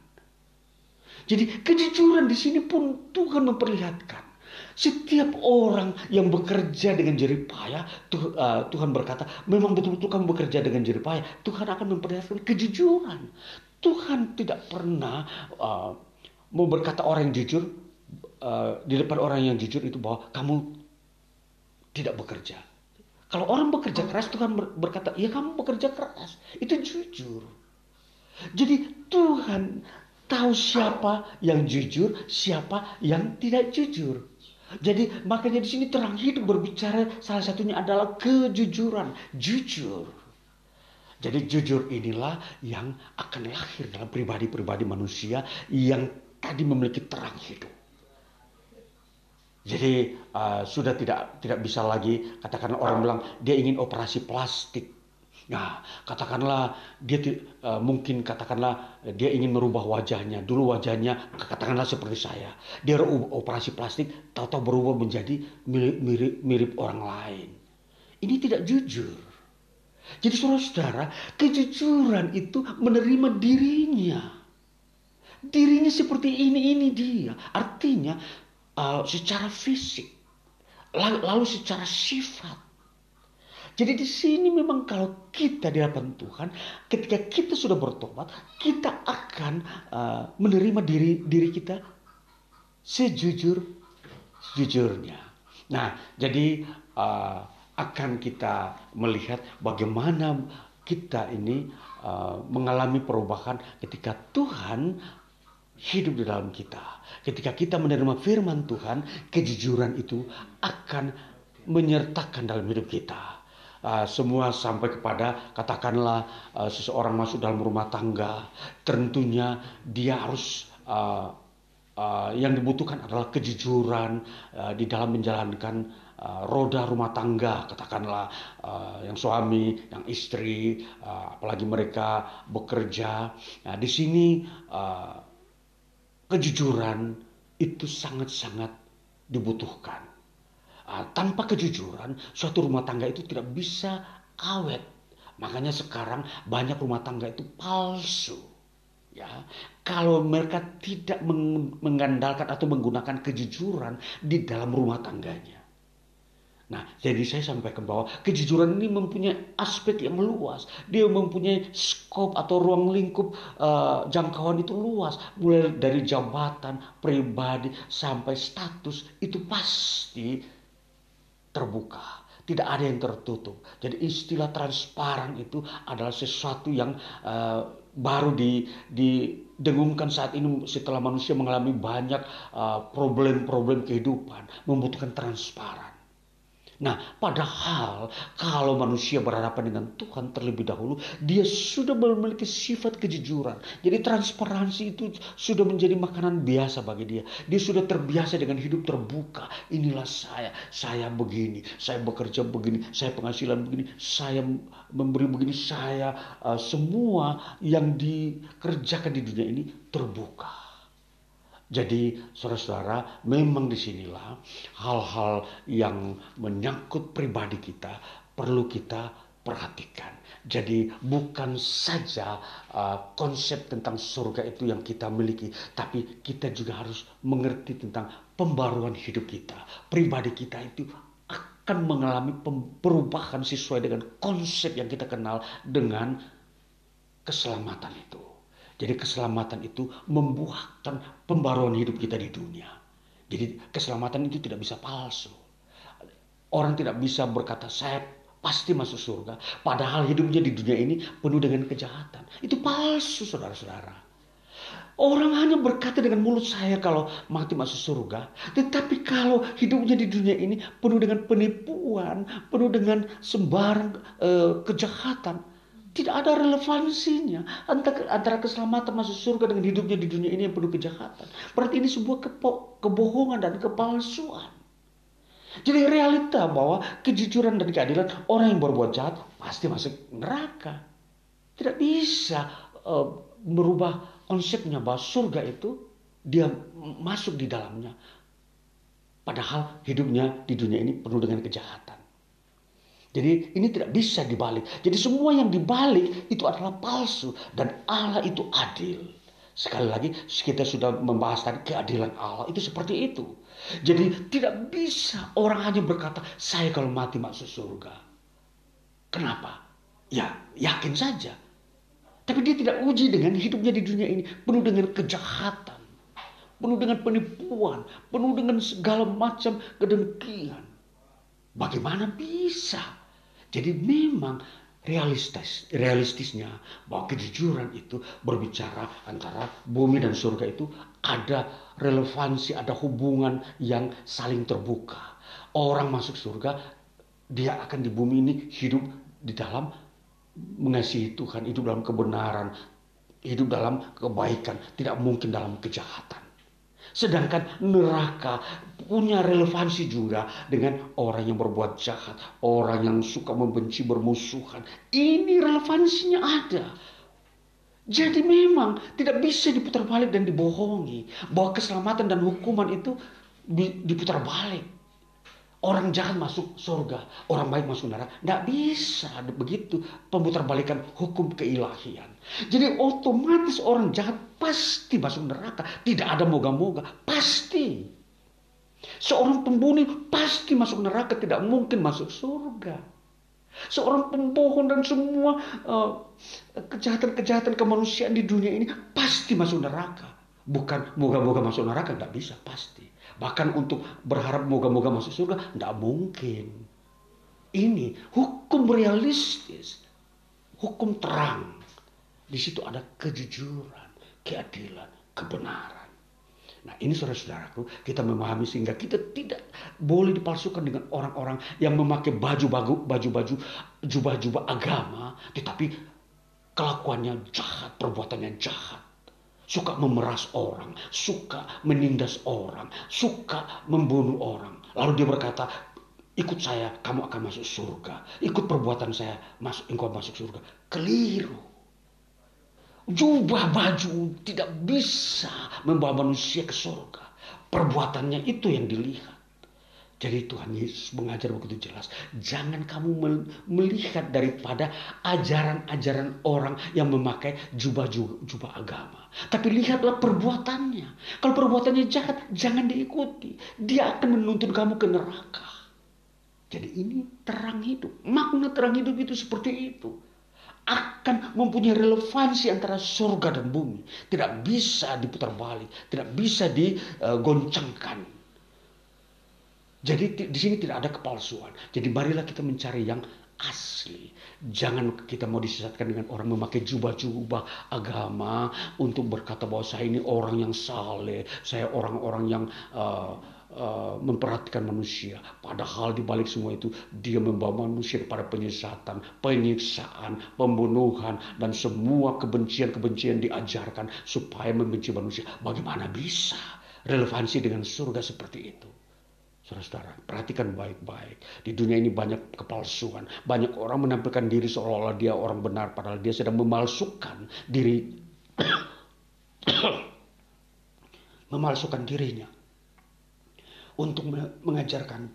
Jadi kejujuran di sini pun Tuhan memperlihatkan. Setiap orang yang bekerja dengan jerih payah, Tuhan berkata, memang betul-betul kamu bekerja dengan jerih payah. Tuhan akan memperlihatkan kejujuran. Tuhan tidak pernah uh, mau berkata orang yang jujur, uh, di depan orang yang jujur itu bahwa kamu tidak bekerja. Kalau orang bekerja keras, Tuhan berkata, ya kamu bekerja keras. Itu jujur. Jadi Tuhan tahu siapa yang jujur, siapa yang tidak jujur. Jadi makanya di sini terang hidup berbicara salah satunya adalah kejujuran, jujur. Jadi jujur inilah yang akan lahir dalam pribadi-pribadi manusia yang tadi memiliki terang hidup. Jadi uh, sudah tidak tidak bisa lagi, katakanlah orang bilang dia ingin operasi plastik. Nah, katakanlah dia uh, mungkin katakanlah dia ingin merubah wajahnya. Dulu wajahnya katakanlah seperti saya. Dia operasi plastik, tahu-tahu berubah menjadi mirip, mirip, mirip orang lain. Ini tidak jujur. Jadi saudara-saudara, kejujuran itu menerima dirinya. Dirinya seperti ini, ini dia. Artinya uh, secara fisik, lalu, lalu secara sifat. Jadi di sini memang kalau kita di hadapan Tuhan, ketika kita sudah bertobat, kita akan uh, menerima diri diri kita sejujur sejujurnya. Nah, jadi uh, akan kita melihat bagaimana kita ini uh, mengalami perubahan ketika Tuhan hidup di dalam kita. Ketika kita menerima firman Tuhan, kejujuran itu akan menyertakan dalam hidup kita. Uh, semua sampai kepada katakanlah uh, seseorang masuk dalam rumah tangga, tentunya dia harus uh, uh, yang dibutuhkan adalah kejujuran uh, di dalam menjalankan uh, roda rumah tangga, katakanlah uh, yang suami, yang istri, uh, apalagi mereka bekerja. Nah, di sini uh, kejujuran itu sangat-sangat dibutuhkan. Uh, tanpa kejujuran, suatu rumah tangga itu tidak bisa awet. Makanya sekarang banyak rumah tangga itu palsu. Ya, kalau mereka tidak mengandalkan atau menggunakan kejujuran di dalam rumah tangganya. Nah, jadi saya sampaikan bahwa kejujuran ini mempunyai aspek yang luas. Dia mempunyai skop atau ruang lingkup uh, jangkauan itu luas. Mulai dari jabatan, pribadi, sampai status, itu pasti terbuka, tidak ada yang tertutup. Jadi istilah transparan itu adalah sesuatu yang uh, baru di, didengungkan saat ini setelah manusia mengalami banyak uh, problem-problem kehidupan, membutuhkan transparan. Nah, padahal kalau manusia berhadapan dengan Tuhan terlebih dahulu, dia sudah memiliki sifat kejujuran. Jadi transparansi itu sudah menjadi makanan biasa bagi dia. Dia sudah terbiasa dengan hidup terbuka. Inilah saya, saya begini, saya bekerja begini, saya penghasilan begini, saya memberi begini, saya uh, semua yang dikerjakan di dunia ini terbuka. Jadi saudara-saudara, memang disinilah hal-hal yang menyangkut pribadi kita perlu kita perhatikan. Jadi bukan saja uh, konsep tentang surga itu yang kita miliki, tapi kita juga harus mengerti tentang pembaruan hidup kita. Pribadi kita itu akan mengalami perubahan sesuai dengan konsep yang kita kenal dengan keselamatan itu. Jadi keselamatan itu membuahkan pembaruan hidup kita di dunia. Jadi keselamatan itu tidak bisa palsu. Orang tidak bisa berkata saya pasti masuk surga, padahal hidupnya di dunia ini penuh dengan kejahatan. Itu palsu, saudara-saudara. Orang hanya berkata dengan mulut saya kalau mati masuk surga, tetapi kalau hidupnya di dunia ini penuh dengan penipuan, penuh dengan sembarang uh, kejahatan, tidak ada relevansinya antara, antara keselamatan masuk surga dengan hidupnya di dunia ini yang penuh kejahatan. Berarti ini sebuah kepo, kebohongan dan kepalsuan. Jadi realita bahwa kejujuran dan keadilan, orang yang berbuat jahat pasti masuk neraka. Tidak bisa uh, merubah konsepnya bahwa surga itu dia masuk di dalamnya. Padahal hidupnya di dunia ini penuh dengan kejahatan. Jadi ini tidak bisa dibalik. Jadi semua yang dibalik itu adalah palsu. Dan Allah itu adil. Sekali lagi kita sudah membahas tadi keadilan Allah itu seperti itu. Jadi tidak bisa orang hanya berkata saya kalau mati masuk surga. Kenapa? Ya yakin saja. Tapi dia tidak uji dengan hidupnya di dunia ini. Penuh dengan kejahatan. Penuh dengan penipuan. Penuh dengan segala macam kedengkian. Bagaimana bisa? Jadi memang realistis, realistisnya bahwa kejujuran itu berbicara antara bumi dan surga itu ada relevansi, ada hubungan yang saling terbuka. Orang masuk surga, dia akan di bumi ini hidup di dalam mengasihi Tuhan, hidup dalam kebenaran, hidup dalam kebaikan, tidak mungkin dalam kejahatan. Sedangkan neraka punya relevansi juga dengan orang yang berbuat jahat, orang yang suka membenci, bermusuhan. Ini relevansinya ada. Jadi memang tidak bisa diputar balik dan dibohongi bahwa keselamatan dan hukuman itu diputar balik. Orang jahat masuk surga, orang baik masuk neraka. Tidak bisa begitu pemutarbalikan hukum keilahian. Jadi otomatis orang jahat pasti masuk neraka. Tidak ada moga-moga, pasti. Seorang pembunuh pasti masuk neraka, tidak mungkin masuk surga. Seorang pembohong dan semua uh, kejahatan-kejahatan kemanusiaan di dunia ini pasti masuk neraka. Bukan moga-moga masuk neraka, tidak bisa, pasti. Bahkan untuk berharap moga-moga masuk surga, tidak mungkin. Ini hukum realistis, hukum terang. Di situ ada kejujuran, keadilan, kebenaran. Nah ini saudara-saudaraku, kita memahami sehingga kita tidak boleh dipalsukan dengan orang-orang yang memakai baju-baju, baju-baju, jubah-jubah agama, tetapi kelakuannya jahat, perbuatannya jahat. Suka memeras orang, suka menindas orang, suka membunuh orang. Lalu dia berkata, ikut saya, kamu akan masuk surga. Ikut perbuatan saya, masuk, engkau masuk surga. Keliru. Jubah baju tidak bisa membawa manusia ke surga. Perbuatannya itu yang dilihat. Jadi Tuhan Yesus mengajar begitu jelas. Jangan kamu melihat daripada ajaran-ajaran orang yang memakai jubah-jubah agama. Tapi lihatlah perbuatannya. Kalau perbuatannya jahat, jangan diikuti. Dia akan menuntun kamu ke neraka. Jadi ini terang hidup. Makna terang hidup itu seperti itu. Akan mempunyai relevansi antara surga dan bumi. Tidak bisa diputar balik. Tidak bisa digoncangkan. Jadi di sini tidak ada kepalsuan. Jadi marilah kita mencari yang asli. Jangan kita mau disesatkan dengan orang memakai jubah-jubah agama untuk berkata bahwa saya ini orang yang saleh, saya orang-orang yang uh, uh, memperhatikan manusia. Padahal di balik semua itu dia membawa manusia kepada penyesatan, penyiksaan, pembunuhan dan semua kebencian-kebencian diajarkan supaya membenci manusia. Bagaimana bisa relevansi dengan surga seperti itu? Saudara-saudara, perhatikan baik-baik. Di dunia ini banyak kepalsuan. Banyak orang menampilkan diri seolah-olah dia orang benar. Padahal dia sedang memalsukan diri. memalsukan dirinya. Untuk mengajarkan.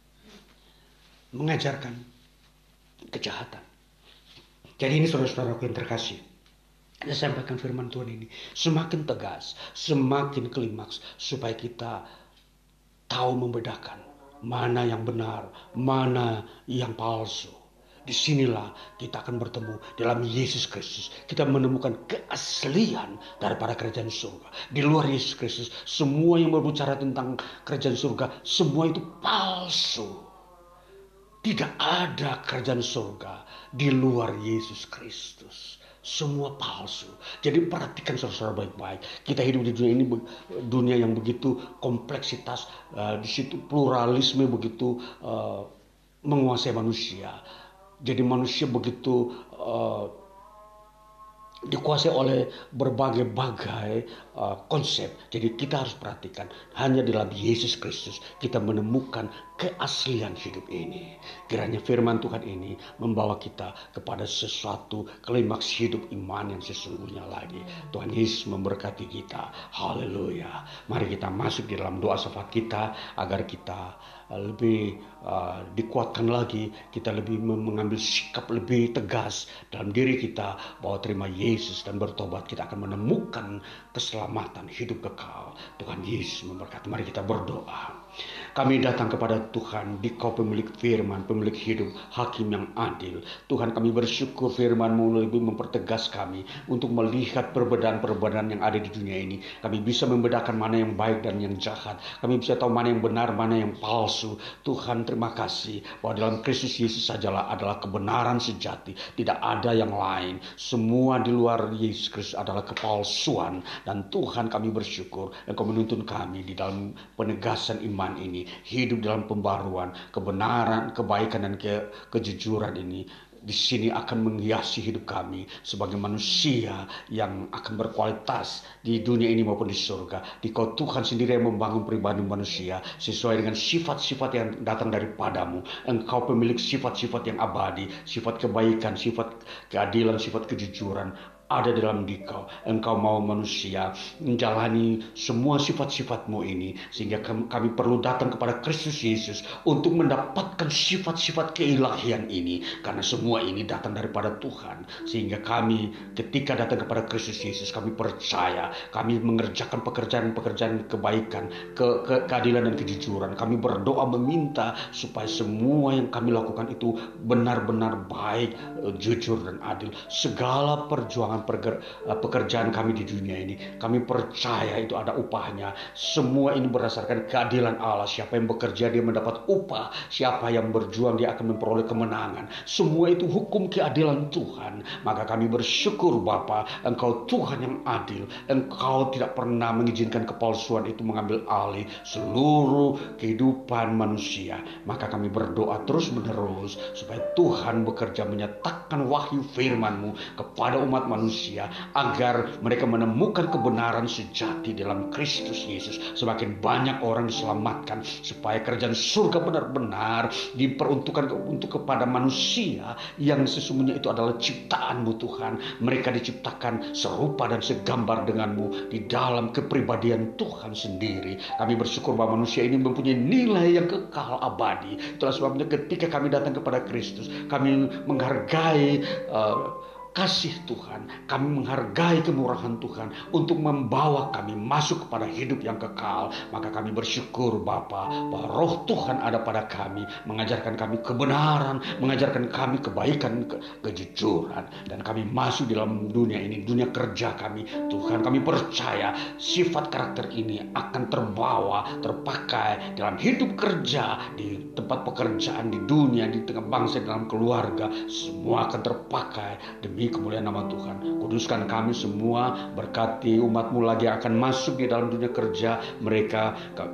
Mengajarkan kejahatan. Jadi ini saudara-saudaraku yang terkasih. Saya sampaikan firman Tuhan ini. Semakin tegas. Semakin klimaks. Supaya kita tahu membedakan mana yang benar, mana yang palsu. Disinilah kita akan bertemu dalam Yesus Kristus. Kita menemukan keaslian daripada kerajaan surga. Di luar Yesus Kristus, semua yang berbicara tentang kerajaan surga, semua itu palsu. Tidak ada kerajaan surga di luar Yesus Kristus. Semua palsu. Jadi perhatikan saudara-saudara baik-baik. Kita hidup di dunia ini, dunia yang begitu kompleksitas, uh, di situ pluralisme begitu uh, menguasai manusia. Jadi manusia begitu uh, dikuasai oleh berbagai-bagai uh, konsep. Jadi kita harus perhatikan, hanya dalam Yesus Kristus kita menemukan keaslian hidup ini. Kiranya firman Tuhan ini membawa kita kepada sesuatu klimaks hidup iman yang sesungguhnya lagi. Tuhan Yesus memberkati kita. Haleluya. Mari kita masuk di dalam doa syafaat kita agar kita lebih uh, dikuatkan lagi, kita lebih mengambil sikap lebih tegas dalam diri kita bahwa terima Yesus dan bertobat, kita akan menemukan keselamatan hidup kekal. Tuhan Yesus memberkati. Mari kita berdoa. Kami datang kepada Tuhan, Dikau pemilik firman, pemilik hidup, hakim yang adil. Tuhan, kami bersyukur firman-Mu lebih mempertegas kami untuk melihat perbedaan-perbedaan yang ada di dunia ini. Kami bisa membedakan mana yang baik dan yang jahat. Kami bisa tahu mana yang benar, mana yang palsu. Tuhan, terima kasih bahwa dalam Kristus Yesus sajalah adalah kebenaran sejati. Tidak ada yang lain. Semua di luar Yesus Kristus adalah kepalsuan. Dan Tuhan, kami bersyukur Engkau menuntun kami di dalam penegasan iman ini, hidup dalam pembaruan, kebenaran, kebaikan dan ke, kejujuran ini di sini akan menghiasi hidup kami sebagai manusia yang akan berkualitas di dunia ini maupun di surga. Dikau Tuhan sendiri yang membangun pribadi manusia sesuai dengan sifat-sifat yang datang daripadamu. Engkau pemilik sifat-sifat yang abadi, sifat kebaikan, sifat keadilan, sifat kejujuran ada dalam dikau. Engkau mau manusia menjalani semua sifat-sifatmu ini, sehingga kami perlu datang kepada Kristus Yesus untuk mendapatkan sifat-sifat keilahian ini, karena semua ini datang daripada Tuhan. Sehingga kami ketika datang kepada Kristus Yesus, kami percaya, kami mengerjakan pekerjaan-pekerjaan kebaikan, ke, ke keadilan dan kejujuran. Kami berdoa meminta supaya semua yang kami lakukan itu benar-benar baik, jujur dan adil. Segala perjuangan pekerjaan kami di dunia ini, kami percaya itu ada upahnya. Semua ini berdasarkan keadilan Allah. Siapa yang bekerja dia mendapat upah, siapa yang berjuang dia akan memperoleh kemenangan. Semua itu hukum keadilan Tuhan. Maka kami bersyukur Bapa, Engkau Tuhan yang adil. Engkau tidak pernah mengizinkan kepalsuan itu mengambil alih seluruh kehidupan manusia. Maka kami berdoa terus menerus supaya Tuhan bekerja menyatakan wahyu firman-Mu kepada umat manusia, agar mereka menemukan kebenaran sejati dalam Kristus Yesus. Semakin banyak orang diselamatkan, supaya kerajaan surga benar-benar diperuntukkan untuk kepada manusia yang sesungguhnya itu adalah ciptaan-Mu Tuhan. Mereka diciptakan serupa dan segambar dengan-Mu di dalam kepribadian Tuhan sendiri. Kami bersyukur bahwa manusia ini mempunyai nilai yang kekal abadi. Itulah sebabnya ketika kami datang kepada Kristus, kami menghargai uh, kasih Tuhan, kami menghargai kemurahan Tuhan untuk membawa kami masuk kepada hidup yang kekal. Maka kami bersyukur Bapa, bahwa roh Tuhan ada pada kami, mengajarkan kami kebenaran, mengajarkan kami kebaikan, ke, kejujuran. Dan kami masuk di dalam dunia ini, dunia kerja kami. Tuhan, kami percaya sifat karakter ini akan terbawa, terpakai dalam hidup kerja, di tempat pekerjaan, di dunia, di tengah bangsa, dalam keluarga. Semua akan terpakai demi kemuliaan nama Tuhan. Kuduskan kami semua, berkati umat-Mu lagi akan masuk di dalam dunia kerja mereka.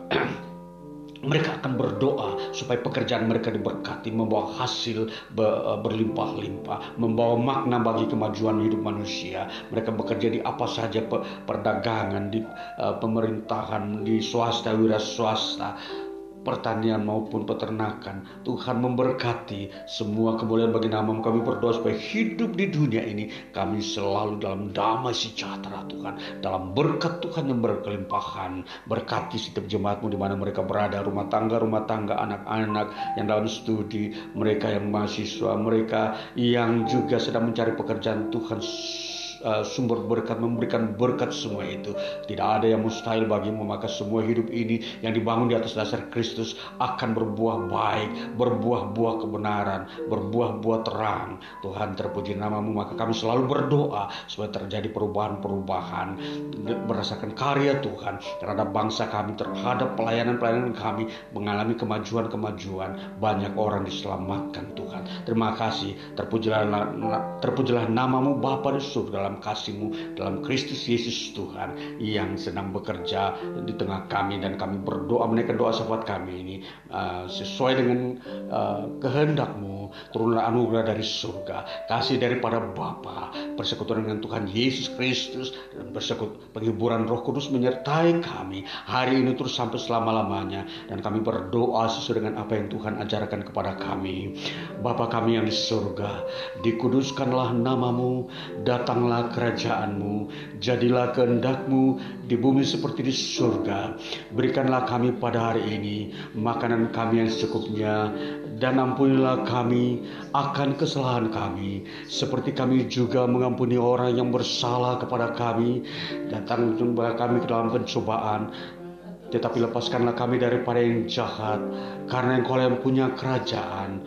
Mereka akan berdoa supaya pekerjaan mereka diberkati, membawa hasil berlimpah-limpah, membawa makna bagi kemajuan hidup manusia. Mereka bekerja di apa saja, perdagangan, di pemerintahan, di swasta, wira swasta, pertanian maupun peternakan. Tuhan memberkati semua kemuliaan bagi nama-Mu. Kami berdoa supaya hidup di dunia ini kami selalu dalam damai sejahtera Tuhan, dalam berkat Tuhan yang berkelimpahan. Berkati setiap jemaat-Mu di mana mereka berada, rumah tangga, rumah tangga, anak-anak yang dalam studi, mereka yang mahasiswa, mereka yang juga sedang mencari pekerjaan. Tuhan Uh, sumber berkat, memberikan berkat semua itu. Tidak ada yang mustahil bagi-Mu. Maka semua hidup ini yang dibangun di atas dasar Kristus akan berbuah baik, berbuah-buah kebenaran, berbuah-buah terang. Tuhan, terpuji nama-Mu. Maka kami selalu berdoa supaya terjadi perubahan-perubahan berdasarkan karya Tuhan terhadap bangsa kami, terhadap pelayanan-pelayanan kami, mengalami kemajuan-kemajuan. Banyak orang diselamatkan Tuhan. Terima kasih. Terpujilah, terpujilah nama-Mu Bapa di surga, dalam kasih-Mu, dalam Kristus Yesus Tuhan yang sedang bekerja di tengah kami. Dan kami berdoa menaikkan doa syafaat kami ini uh, sesuai dengan uh, kehendak-Mu. Turunlah anugerah dari surga, kasih daripada Bapa, persekutuan dengan Tuhan Yesus Kristus, dan persekutuan penghiburan Roh Kudus menyertai kami hari ini terus sampai selama-lamanya. Dan kami berdoa sesuai dengan apa yang Tuhan ajarkan kepada kami. Bapa kami yang di surga, dikuduskanlah nama-Mu, datanglah kerajaan-Mu, jadilah kehendak-Mu di bumi seperti di surga. Berikanlah kami pada hari ini makanan kami yang secukupnya, dan ampunilah kami akan kesalahan kami, seperti kami juga mengampuni orang yang bersalah kepada kami. Datang jumpa kami ke dalam pencobaan, tetapi lepaskanlah kami daripada yang jahat, karena Engkau yang punya kerajaan,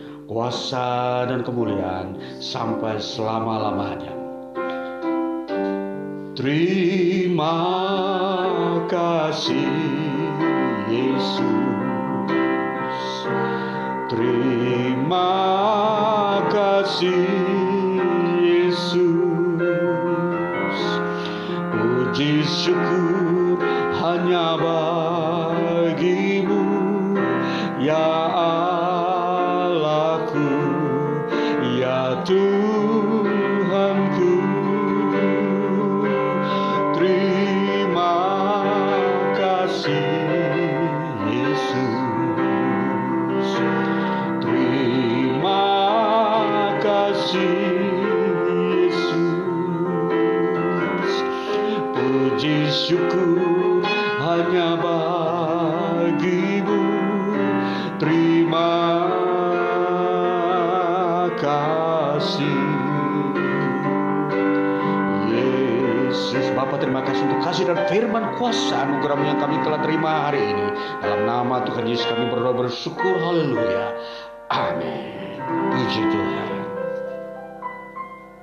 kuasa dan kemuliaan sampai selama-lamanya. Terima kasih Yesus, terima kasih Yesus, puji syukur hanya bagi-Mu ya Allahku, ya Tuhanku, terima kasih Yesus, terima kasih Yesus, puji syukur hanya bagimu, terima kasih Yesus. Bapa, terima kasih untuk kasih dan firman kuasa anugerah-Mu yang kami telah terima hari ini. Dalam nama Tuhan Yesus kami berdoa bersyukur. Haleluya. Amin. Puji Tuhan.